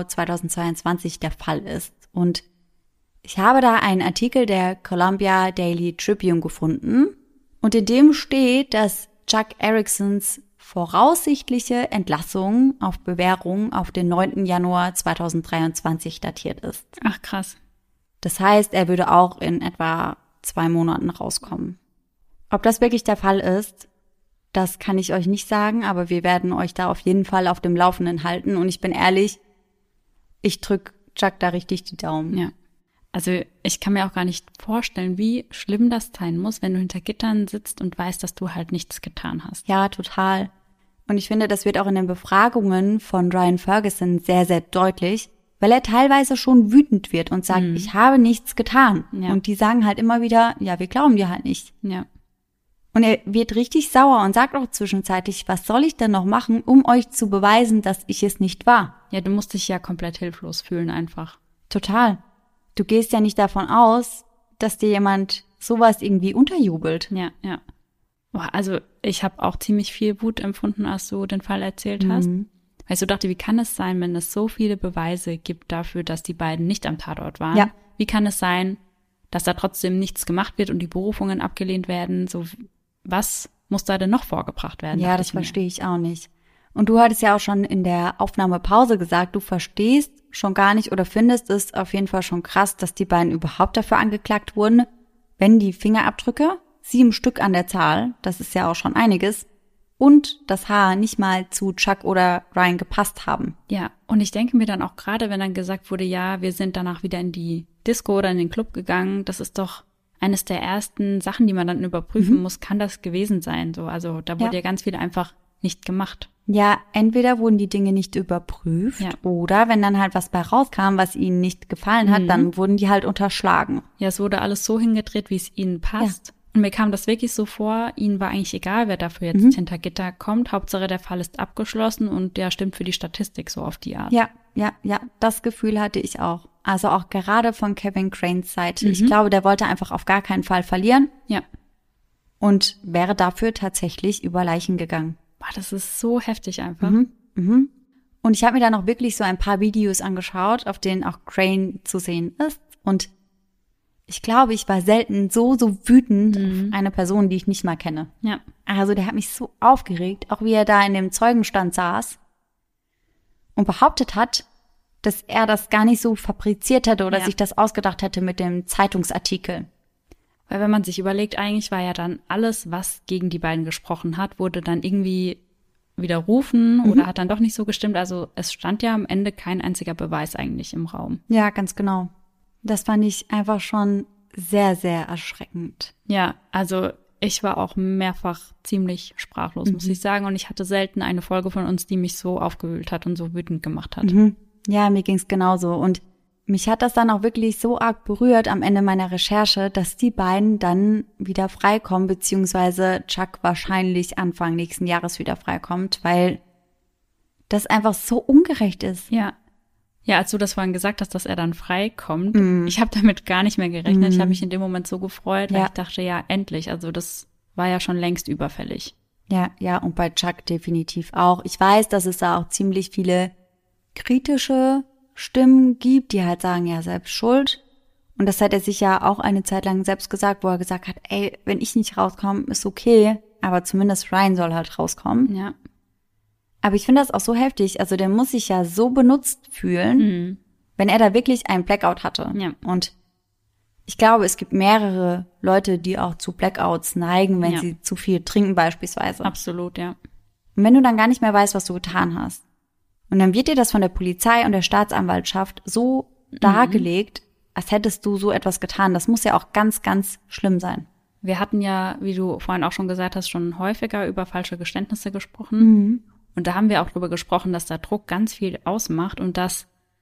2022 der Fall ist. Und ich habe da einen Artikel der Columbia Daily Tribune gefunden und in dem steht, dass Chuck Ericksons voraussichtliche Entlassung auf Bewährung auf den 9. Januar 2023 datiert ist. Ach, krass. Das heißt, er würde auch in etwa 2 Monaten rauskommen. Ob das wirklich der Fall ist, das kann ich euch nicht sagen, aber wir werden euch da auf jeden Fall auf dem Laufenden halten. Und ich bin ehrlich, ich drück Chuck da richtig die Daumen. Ja. Also ich kann mir auch gar nicht vorstellen, wie schlimm das sein muss, wenn du hinter Gittern sitzt und weißt, dass du halt nichts getan hast. Ja, total. Und ich finde, das wird auch in den Befragungen von Ryan Ferguson sehr, sehr deutlich, weil er teilweise schon wütend wird und sagt, ich habe nichts getan. Ja. Und die sagen halt immer wieder, ja, wir glauben dir halt nicht. Ja. Und er wird richtig sauer und sagt auch zwischenzeitlich, was soll ich denn noch machen, um euch zu beweisen, dass ich es nicht war? Ja, du musst dich ja komplett hilflos fühlen einfach. Total. Du gehst ja nicht davon aus, dass dir jemand sowas irgendwie unterjubelt. Ja, ja. Boah, also ich habe auch ziemlich viel Wut empfunden, als du den Fall erzählt hast. Weil ich so dachte, wie kann es sein, wenn es so viele Beweise gibt dafür, dass die beiden nicht am Tatort waren? Ja. Wie kann es sein, dass da trotzdem nichts gemacht wird und die Berufungen abgelehnt werden? So, was muss da denn noch vorgebracht werden? Ja, das verstehe ich auch nicht. Und du hattest ja auch schon in der Aufnahmepause gesagt, du verstehst schon gar nicht oder findest es auf jeden Fall schon krass, dass die beiden überhaupt dafür angeklagt wurden, wenn die Fingerabdrücke, 7 Stück an der Zahl, das ist ja auch schon einiges, und das Haar nicht mal zu Chuck oder Ryan gepasst haben. Ja, und ich denke mir dann auch gerade, wenn dann gesagt wurde, ja, wir sind danach wieder in die Disco oder in den Club gegangen, das ist doch eines der ersten Sachen, die man dann überprüfen muss, kann das gewesen sein? So, also da wurde ja ganz viel einfach nicht gemacht. Ja, entweder wurden die Dinge nicht überprüft oder wenn dann halt was bei rauskam, was ihnen nicht gefallen hat, dann wurden die halt unterschlagen. Ja, es wurde alles so hingedreht, wie es ihnen passt. Ja. Und mir kam das wirklich so vor, ihnen war eigentlich egal, wer dafür jetzt hinter Gitter kommt. Hauptsache, der Fall ist abgeschlossen und der stimmt für die Statistik so auf die Art. Ja, das Gefühl hatte ich auch. Also auch gerade von Kevin Cranes Seite. Ich glaube, der wollte einfach auf gar keinen Fall verlieren. Ja. Und wäre dafür tatsächlich über Leichen gegangen. Boah, das ist so heftig einfach. Und ich habe mir da noch wirklich so ein paar Videos angeschaut, auf denen auch Crane zu sehen ist. Und ich glaube, ich war selten so wütend auf eine Person, die ich nicht mal kenne. Ja. Also der hat mich so aufgeregt, auch wie er da in dem Zeugenstand saß und behauptet hat, dass er das gar nicht so fabriziert hätte oder sich das ausgedacht hätte mit dem Zeitungsartikel. Weil wenn man sich überlegt, eigentlich war ja dann alles, was gegen die beiden gesprochen hat, wurde dann irgendwie widerrufen oder hat dann doch nicht so gestimmt. Also es stand ja am Ende kein einziger Beweis eigentlich im Raum. Ja, ganz genau. Das fand ich einfach schon sehr, sehr erschreckend. Ja, also ich war auch mehrfach ziemlich sprachlos, muss ich sagen. Und ich hatte selten eine Folge von uns, die mich so aufgewühlt hat und so wütend gemacht hat. Ja, mir ging's genauso. Und mich hat das dann auch wirklich so arg berührt am Ende meiner Recherche, dass die beiden dann wieder freikommen, beziehungsweise Chuck wahrscheinlich Anfang nächsten Jahres wieder freikommt, weil das einfach so ungerecht ist. Ja. Ja, als du das vorhin gesagt hast, dass er dann freikommt, ich habe damit gar nicht mehr gerechnet. Ich habe mich in dem Moment so gefreut, weil ich dachte, ja, endlich. Also das war ja schon längst überfällig. Ja, und bei Chuck definitiv auch. Ich weiß, dass es da auch ziemlich viele kritische Stimmen gibt, die halt sagen, ja, selbst schuld. Und das hat er sich ja auch eine Zeit lang selbst gesagt, wo er gesagt hat, ey, wenn ich nicht rauskomme, ist okay, aber zumindest Ryan soll halt rauskommen. Ja. Aber ich finde das auch so heftig. Also der muss sich ja so benutzt fühlen, wenn er da wirklich einen Blackout hatte. Ja. Und ich glaube, es gibt mehrere Leute, die auch zu Blackouts neigen, wenn sie zu viel trinken beispielsweise. Absolut, ja. Und wenn du dann gar nicht mehr weißt, was du getan hast. Und dann wird dir das von der Polizei und der Staatsanwaltschaft so dargelegt, als hättest du so etwas getan. Das muss ja auch ganz, ganz schlimm sein. Wir hatten ja, wie du vorhin auch schon gesagt hast, schon häufiger über falsche Geständnisse gesprochen. Und da haben wir auch drüber gesprochen, dass da Druck ganz viel ausmacht und dass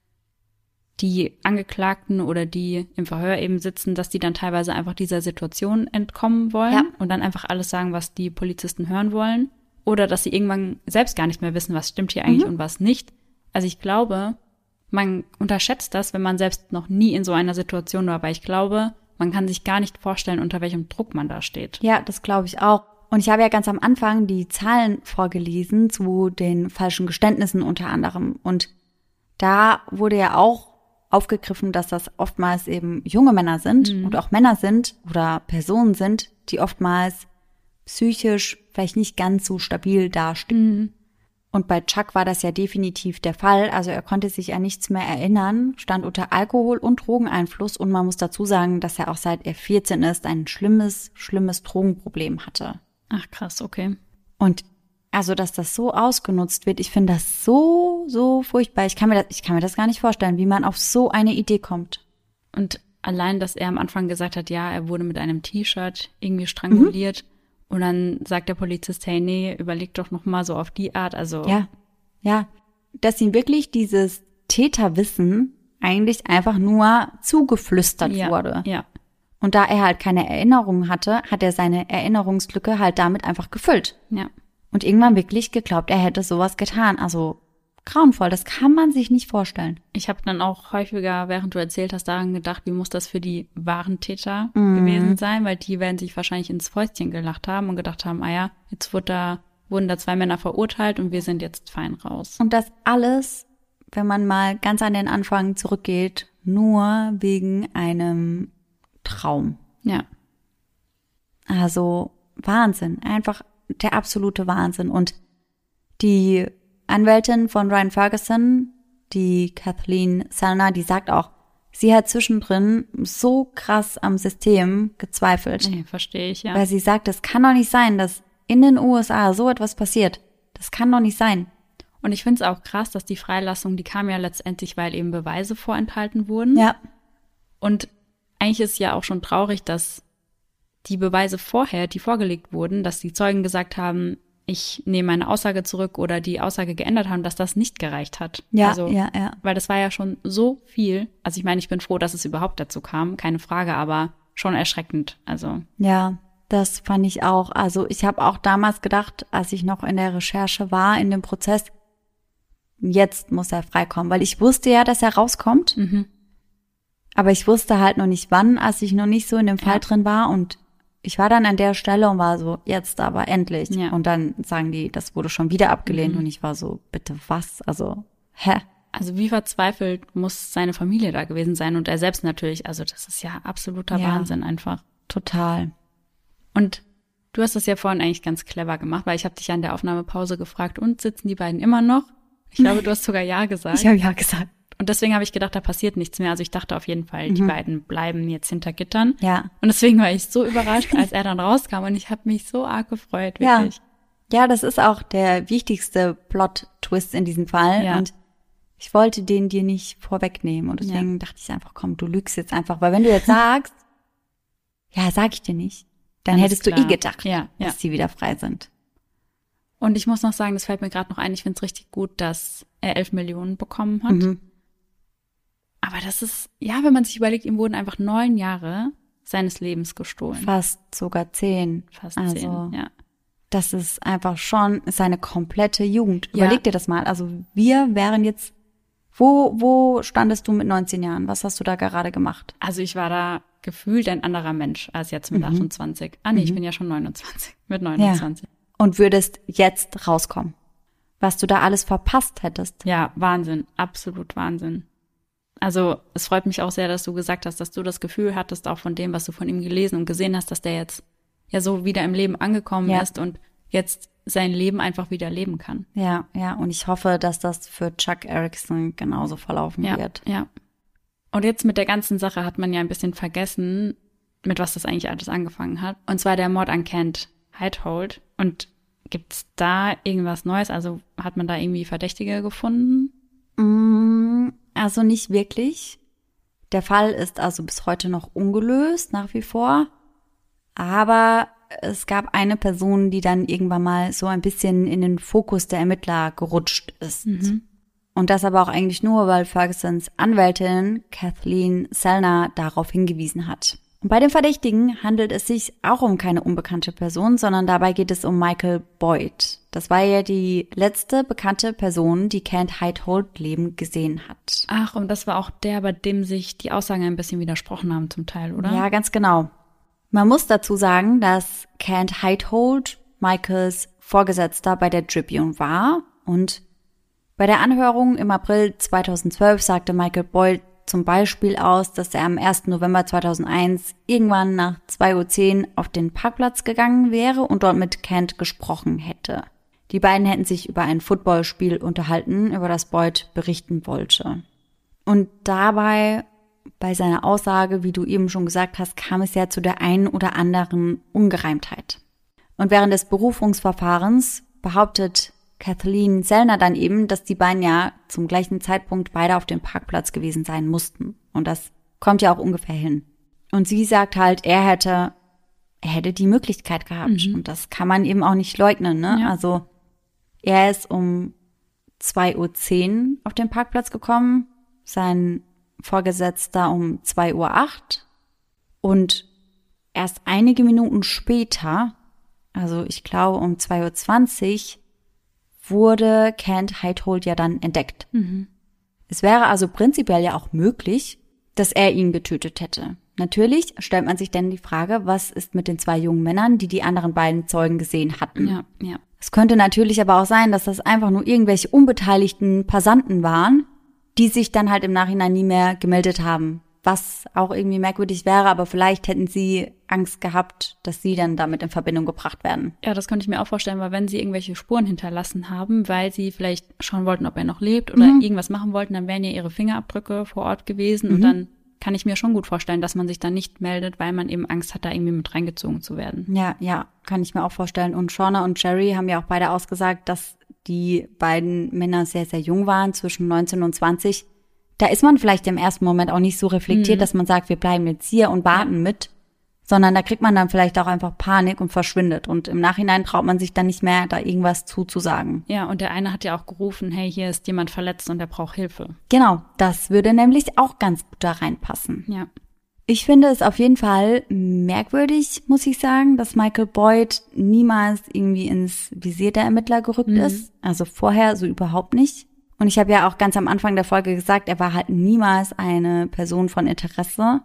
die Angeklagten oder die im Verhör eben sitzen, dass die dann teilweise einfach dieser Situation entkommen wollen und dann einfach alles sagen, was die Polizisten hören wollen. Oder dass sie irgendwann selbst gar nicht mehr wissen, was stimmt hier eigentlich und was nicht. Also ich glaube, man unterschätzt das, wenn man selbst noch nie in so einer Situation war, weil ich glaube, man kann sich gar nicht vorstellen, unter welchem Druck man da steht. Ja, das glaube ich auch. Und ich habe ja ganz am Anfang die Zahlen vorgelesen zu den falschen Geständnissen unter anderem. Und da wurde ja auch aufgegriffen, dass das oftmals eben junge Männer sind und auch Männer sind oder Personen sind, die oftmals psychisch vielleicht nicht ganz so stabil dastehen. Und bei Chuck war das ja definitiv der Fall. Also er konnte sich an nichts mehr erinnern, stand unter Alkohol- und Drogeneinfluss. Und man muss dazu sagen, dass er auch seit er 14 ist ein schlimmes Drogenproblem hatte. Ach krass, okay. Und also, dass das so ausgenutzt wird, ich finde das so furchtbar. Ich kann mir das gar nicht vorstellen, wie man auf so eine Idee kommt. Und allein, dass er am Anfang gesagt hat, ja, er wurde mit einem T-Shirt irgendwie stranguliert. Und dann sagt der Polizist, hey, nee, überleg doch noch mal so auf die Art. Also Ja, dass ihm wirklich dieses Täterwissen eigentlich einfach nur zugeflüstert wurde. Ja. Und da er halt keine Erinnerungen hatte, hat er seine Erinnerungslücke halt damit einfach gefüllt. Ja. Und irgendwann wirklich geglaubt, er hätte sowas getan. Also grauenvoll, das kann man sich nicht vorstellen. Ich habe dann auch häufiger, während du erzählt hast, daran gedacht, wie muss das für die wahren Täter gewesen sein, weil die werden sich wahrscheinlich ins Fäustchen gelacht haben und gedacht haben, jetzt wurden da 2 Männer verurteilt und wir sind jetzt fein raus. Und das alles, wenn man mal ganz an den Anfang zurückgeht, nur wegen einem Traum. Ja. Also Wahnsinn, einfach der absolute Wahnsinn. Und die Anwältin von Ryan Ferguson, die Kathleen Zellner, die sagt auch, sie hat zwischendrin so krass am System gezweifelt. Nee, verstehe ich, ja. Weil sie sagt, es kann doch nicht sein, dass in den USA so etwas passiert. Das kann doch nicht sein. Und ich finde es auch krass, dass die Freilassung, die kam ja letztendlich, weil eben Beweise vorenthalten wurden. Ja. Und eigentlich ist es ja auch schon traurig, dass die Beweise vorher, die vorgelegt wurden, dass die Zeugen gesagt haben, ich nehme meine Aussage zurück oder die Aussage geändert haben, dass das nicht gereicht hat. Ja, also, ja. Weil das war ja schon so viel. Also ich meine, ich bin froh, dass es überhaupt dazu kam, keine Frage, aber schon erschreckend. Also ja, das fand ich auch. Also ich habe auch damals gedacht, als ich noch in der Recherche war, in dem Prozess, jetzt muss er freikommen, weil ich wusste ja, dass er rauskommt. Aber ich wusste halt noch nicht wann, als ich noch nicht so in dem Fall drin war und ich war dann an der Stelle und war so, jetzt aber endlich. Ja. Und dann sagen die, das wurde schon wieder abgelehnt und ich war so, bitte was? Also, hä? Also wie verzweifelt muss seine Familie da gewesen sein und er selbst natürlich. Also das ist ja absoluter Wahnsinn einfach. Total. Und du hast das ja vorhin eigentlich ganz clever gemacht, weil ich habe dich ja in der Aufnahmepause gefragt, und sitzen die beiden immer noch? Ich glaube, du hast sogar ja gesagt. Ich habe ja gesagt. Und deswegen habe ich gedacht, da passiert nichts mehr. Also ich dachte auf jeden Fall, die beiden bleiben jetzt hinter Gittern. Ja. Und deswegen war ich so überrascht, als er dann rauskam und ich habe mich so arg gefreut, wirklich. Ja, das ist auch der wichtigste Plot-Twist in diesem Fall. Ja. Und ich wollte den dir nicht vorwegnehmen. Und deswegen dachte ich einfach, komm, du lügst jetzt einfach. Weil wenn du jetzt sagst, ja, sag ich dir nicht, dann Alles hättest du klar. gedacht, Ja. dass die wieder frei sind. Und ich muss noch sagen, das fällt mir gerade noch ein, ich finde es richtig gut, dass er 11 Millionen bekommen hat. Aber das ist, ja, wenn man sich überlegt, ihm wurden einfach 9 Jahre seines Lebens gestohlen. Fast sogar 10. Fast 10, ja. Das ist einfach schon seine komplette Jugend. Ja. Überleg dir das mal. Also wir wären jetzt, wo standest du mit 19 Jahren? Was hast du da gerade gemacht? Also ich war da gefühlt ein anderer Mensch als jetzt mit 28. Ich bin ja schon 29, mit 29. Ja. Und würdest jetzt rauskommen. Was du da alles verpasst hättest. Ja, Wahnsinn, absolut Wahnsinn. Also es freut mich auch sehr, dass du gesagt hast, dass du das Gefühl hattest, auch von dem, was du von ihm gelesen und gesehen hast, dass der jetzt ja so wieder im Leben angekommen ist und jetzt sein Leben einfach wieder leben kann. Ja, und ich hoffe, dass das für Chuck Erickson genauso verlaufen wird. Ja. Und jetzt mit der ganzen Sache hat man ja ein bisschen vergessen, mit was das eigentlich alles angefangen hat. Und zwar der Mord an Kent Heitholt. Und gibt's da irgendwas Neues? Also hat man da irgendwie Verdächtige gefunden? Also nicht wirklich. Der Fall ist also bis heute noch ungelöst, nach wie vor. Aber es gab eine Person, die dann irgendwann mal so ein bisschen in den Fokus der Ermittler gerutscht ist. Und das aber auch eigentlich nur, weil Fergusons Anwältin Kathleen Zellner darauf hingewiesen hat. Und bei dem Verdächtigen handelt es sich auch um keine unbekannte Person, sondern dabei geht es um Michael Boyd. Das war ja die letzte bekannte Person, die Kent Heitholt lebend gesehen hat. Ach, und das war auch der, bei dem sich die Aussagen ein bisschen widersprochen haben zum Teil, oder? Ja, ganz genau. Man muss dazu sagen, dass Kent Heitholt Michaels Vorgesetzter bei der Tribune war und bei der Anhörung im April 2012 sagte Michael Boyd zum Beispiel aus, dass er am 1. November 2001 irgendwann nach 2:10 Uhr auf den Parkplatz gegangen wäre und dort mit Kent gesprochen hätte. Die beiden hätten sich über ein Footballspiel unterhalten, über das Boyd berichten wollte. Und dabei, bei seiner Aussage, wie du eben schon gesagt hast, kam es ja zu der einen oder anderen Ungereimtheit. Und während des Berufungsverfahrens behauptet Kathleen Zellner dann eben, dass die beiden ja zum gleichen Zeitpunkt beide auf dem Parkplatz gewesen sein mussten. Und das kommt ja auch ungefähr hin. Und sie sagt halt, er hätte die Möglichkeit gehabt. Und das kann man eben auch nicht leugnen, ne? Ja. Also er ist um 2:10 Uhr auf den Parkplatz gekommen, sein Vorgesetzter um 2:08 Uhr. Und erst einige Minuten später, also ich glaube um 2:20 Uhr, wurde Kent Heitholt ja dann entdeckt. Es wäre also prinzipiell ja auch möglich, dass er ihn getötet hätte. Natürlich stellt man sich dann die Frage, was ist mit den 2 jungen Männern, die die anderen beiden Zeugen gesehen hatten. Ja. Es könnte natürlich aber auch sein, dass das einfach nur irgendwelche unbeteiligten Passanten waren, die sich dann halt im Nachhinein nie mehr gemeldet haben. Was auch irgendwie merkwürdig wäre, aber vielleicht hätten sie Angst gehabt, dass sie dann damit in Verbindung gebracht werden. Ja, das könnte ich mir auch vorstellen, weil wenn sie irgendwelche Spuren hinterlassen haben, weil sie vielleicht schauen wollten, ob er noch lebt oder irgendwas machen wollten, dann wären ja ihre Fingerabdrücke vor Ort gewesen. Und dann kann ich mir schon gut vorstellen, dass man sich dann nicht meldet, weil man eben Angst hat, da irgendwie mit reingezogen zu werden. Ja, kann ich mir auch vorstellen. Und Shauna und Jerry haben ja auch beide ausgesagt, dass die beiden Männer sehr, sehr jung waren, zwischen 19 und 20. Da ist man vielleicht im ersten Moment auch nicht so reflektiert, dass man sagt, wir bleiben jetzt hier und warten mit, sondern da kriegt man dann vielleicht auch einfach Panik und verschwindet. Und im Nachhinein traut man sich dann nicht mehr, da irgendwas zuzusagen. Ja, und der eine hat ja auch gerufen, hey, hier ist jemand verletzt und der braucht Hilfe. Genau, das würde nämlich auch ganz gut da reinpassen. Ja. Ich finde es auf jeden Fall merkwürdig, muss ich sagen, dass Michael Boyd niemals irgendwie ins Visier der Ermittler gerückt ist. Also vorher so überhaupt nicht. Und ich habe ja auch ganz am Anfang der Folge gesagt, er war halt niemals eine Person von Interesse.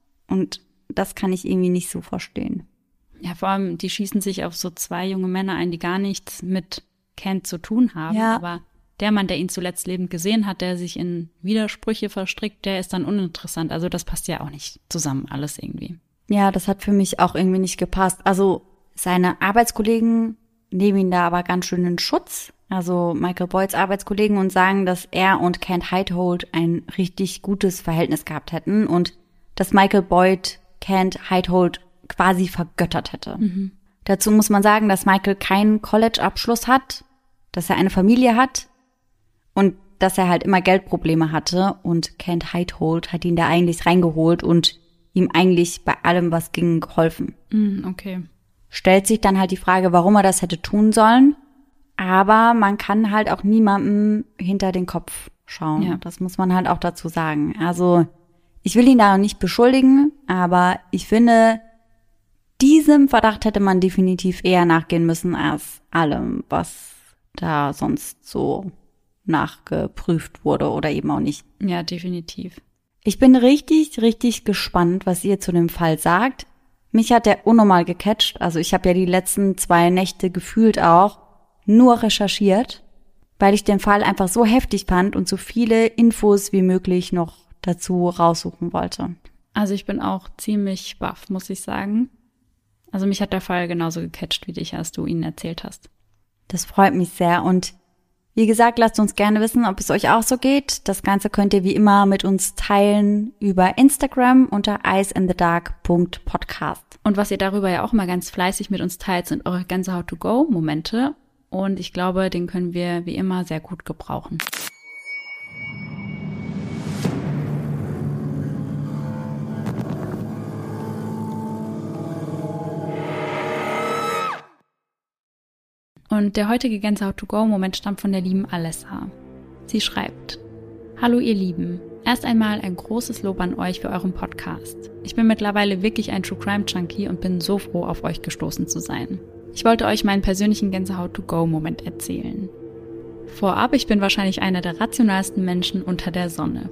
Und das kann ich irgendwie nicht so verstehen. Ja, vor allem, die schießen sich auf so 2 junge Männer ein, die gar nichts mit Kent zu tun haben. Ja. Aber der Mann, der ihn zuletzt lebend gesehen hat, der sich in Widersprüche verstrickt, der ist dann uninteressant. Also das passt ja auch nicht zusammen alles irgendwie. Ja, das hat für mich auch irgendwie nicht gepasst. Also seine Arbeitskollegen nehmen ihn da aber ganz schön in Schutz. Also Michael Boyds Arbeitskollegen, und sagen, dass er und Kent Heitholt ein richtig gutes Verhältnis gehabt hätten und dass Michael Boyd Kent Heitholt quasi vergöttert hätte. Dazu muss man sagen, dass Michael keinen College-Abschluss hat, dass er eine Familie hat und dass er halt immer Geldprobleme hatte, und Kent Heitholt hat ihn da eigentlich reingeholt und ihm eigentlich bei allem, was ging, geholfen. Okay. Stellt sich dann halt die Frage, warum er das hätte tun sollen. Aber man kann halt auch niemandem hinter den Kopf schauen. Ja. Das muss man halt auch dazu sagen. Also ich will ihn da nicht beschuldigen, aber ich finde, diesem Verdacht hätte man definitiv eher nachgehen müssen als allem, was da sonst so nachgeprüft wurde oder eben auch nicht. Ja, definitiv. Ich bin richtig, richtig gespannt, was ihr zu dem Fall sagt. Mich hat der unnormal gecatcht. Also ich habe ja die letzten 2 Nächte gefühlt auch nur recherchiert, weil ich den Fall einfach so heftig fand und so viele Infos wie möglich noch dazu raussuchen wollte. Also ich bin auch ziemlich baff, muss ich sagen. Also mich hat der Fall genauso gecatcht wie dich, als du ihn erzählt hast. Das freut mich sehr und wie gesagt, lasst uns gerne wissen, ob es euch auch so geht. Das Ganze könnt ihr wie immer mit uns teilen über Instagram unter iceinthedark.podcast. Und was ihr darüber ja auch mal ganz fleißig mit uns teilt, sind eure ganze How-to-Go-Momente. Und ich glaube, den können wir wie immer sehr gut gebrauchen. Und der heutige Gänsehaut-to-go-Moment stammt von der lieben Alessa. Sie schreibt: Hallo ihr Lieben, erst einmal ein großes Lob an euch für euren Podcast. Ich bin mittlerweile wirklich ein True-Crime-Junkie und bin so froh, auf euch gestoßen zu sein. Ich wollte euch meinen persönlichen Gänsehaut-to-go-Moment erzählen. Vorab, ich bin wahrscheinlich einer der rationalsten Menschen unter der Sonne.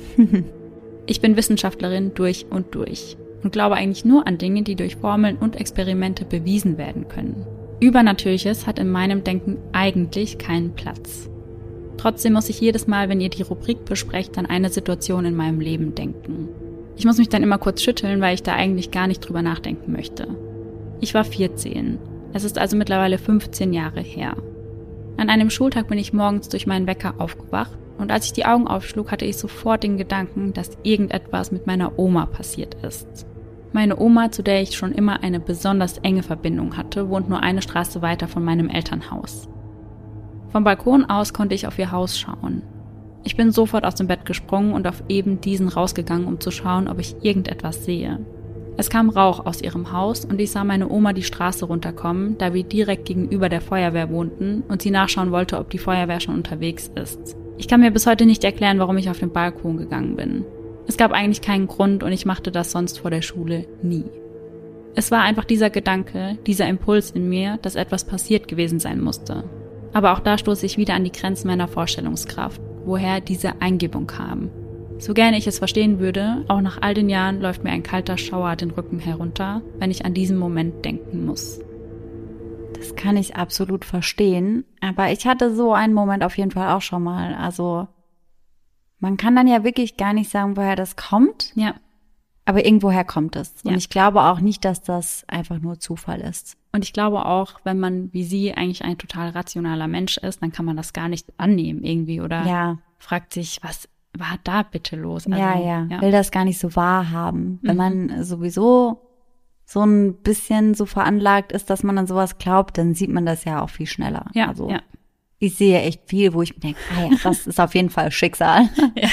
Ich bin Wissenschaftlerin durch und glaube eigentlich nur an Dinge, die durch Formeln und Experimente bewiesen werden können. Übernatürliches hat in meinem Denken eigentlich keinen Platz. Trotzdem muss ich jedes Mal, wenn ihr die Rubrik besprecht, an eine Situation in meinem Leben denken. Ich muss mich dann immer kurz schütteln, weil ich da eigentlich gar nicht drüber nachdenken möchte. Ich war 14. Es ist also mittlerweile 15 Jahre her. An einem Schultag bin ich morgens durch meinen Wecker aufgewacht und als ich die Augen aufschlug, hatte ich sofort den Gedanken, dass irgendetwas mit meiner Oma passiert ist. Meine Oma, zu der ich schon immer eine besonders enge Verbindung hatte, wohnt nur eine Straße weiter von meinem Elternhaus. Vom Balkon aus konnte ich auf ihr Haus schauen. Ich bin sofort aus dem Bett gesprungen und auf eben diesen rausgegangen, um zu schauen, ob ich irgendetwas sehe. Es kam Rauch aus ihrem Haus und ich sah meine Oma die Straße runterkommen, da wir direkt gegenüber der Feuerwehr wohnten und sie nachschauen wollte, ob die Feuerwehr schon unterwegs ist. Ich kann mir bis heute nicht erklären, warum ich auf den Balkon gegangen bin. Es gab eigentlich keinen Grund und ich machte das sonst vor der Schule nie. Es war einfach dieser Gedanke, dieser Impuls in mir, dass etwas passiert gewesen sein musste. Aber auch da stoße ich wieder an die Grenzen meiner Vorstellungskraft, woher diese Eingebung kam. So gerne ich es verstehen würde, auch nach all den Jahren läuft mir ein kalter Schauer den Rücken herunter, wenn ich an diesen Moment denken muss. Das kann ich absolut verstehen, aber ich hatte so einen Moment auf jeden Fall auch schon mal. Also man kann dann ja wirklich gar nicht sagen, woher das kommt. Ja. Aber irgendwoher kommt es. Und Ja. ich glaube auch nicht, dass das einfach nur Zufall ist. Und ich glaube auch, wenn man wie sie eigentlich ein total rationaler Mensch ist, dann kann man das gar nicht annehmen irgendwie oder Ja. fragt sich, was war da bitte los? Also, Ja. Will das gar nicht so wahrhaben. Wenn man sowieso so ein bisschen so veranlagt ist, dass man an sowas glaubt, dann sieht man das ja auch viel schneller. Ja, Also ja. ich sehe echt viel, wo ich mir denke, das ist auf jeden Fall Schicksal. Ja.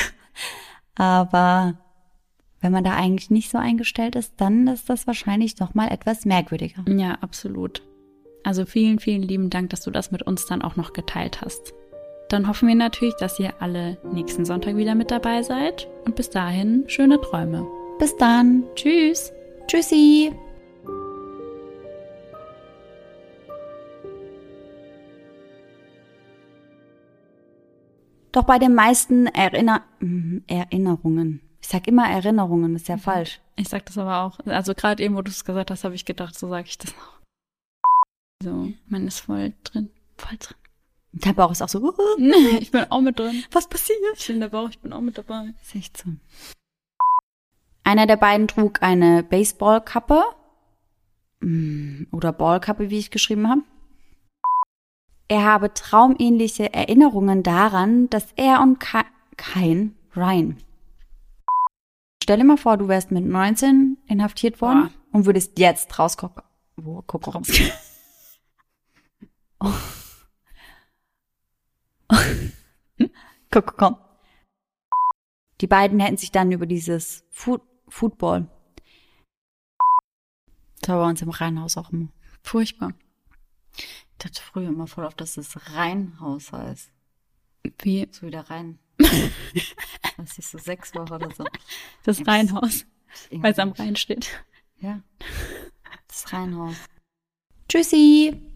Aber wenn man da eigentlich nicht so eingestellt ist, dann ist das wahrscheinlich noch mal etwas merkwürdiger. Ja, absolut. Also vielen, vielen lieben Dank, dass du das mit uns dann auch noch geteilt hast. Dann hoffen wir natürlich, dass ihr alle nächsten Sonntag wieder mit dabei seid. Und bis dahin, schöne Träume. Bis dann. Tschüss. Tschüssi. Doch bei den meisten Erinnerungen. Ich sag immer Erinnerungen, ist ja falsch. Ich sag das aber auch. Also gerade eben, wo du es gesagt hast, habe ich gedacht, so sage ich das auch. So, man ist voll drin. Voll drin. Der Bauch ist auch so, Ich bin auch mit drin. was passiert? Ich bin der Bauch, ich bin auch mit dabei. Ist echt so. Einer der beiden trug eine Baseballkappe. Oder Ballkappe, wie ich geschrieben habe. Er habe traumähnliche Erinnerungen daran, dass er und Ryan. Stell dir mal vor, du wärst mit 19 inhaftiert worden und würdest jetzt rausgucken. Gucken. Komm. Die beiden hätten sich dann über dieses Football. Das war bei uns im Reihenhaus auch immer. Furchtbar. Ich dachte früher immer voll auf, dass das Reihenhaus heißt. Wie? So wie der Rhein. Was ist so 6 Wochen oder so. Das Reihenhaus, weil es am Rhein steht. Ja, das Reihenhaus. Tschüssi!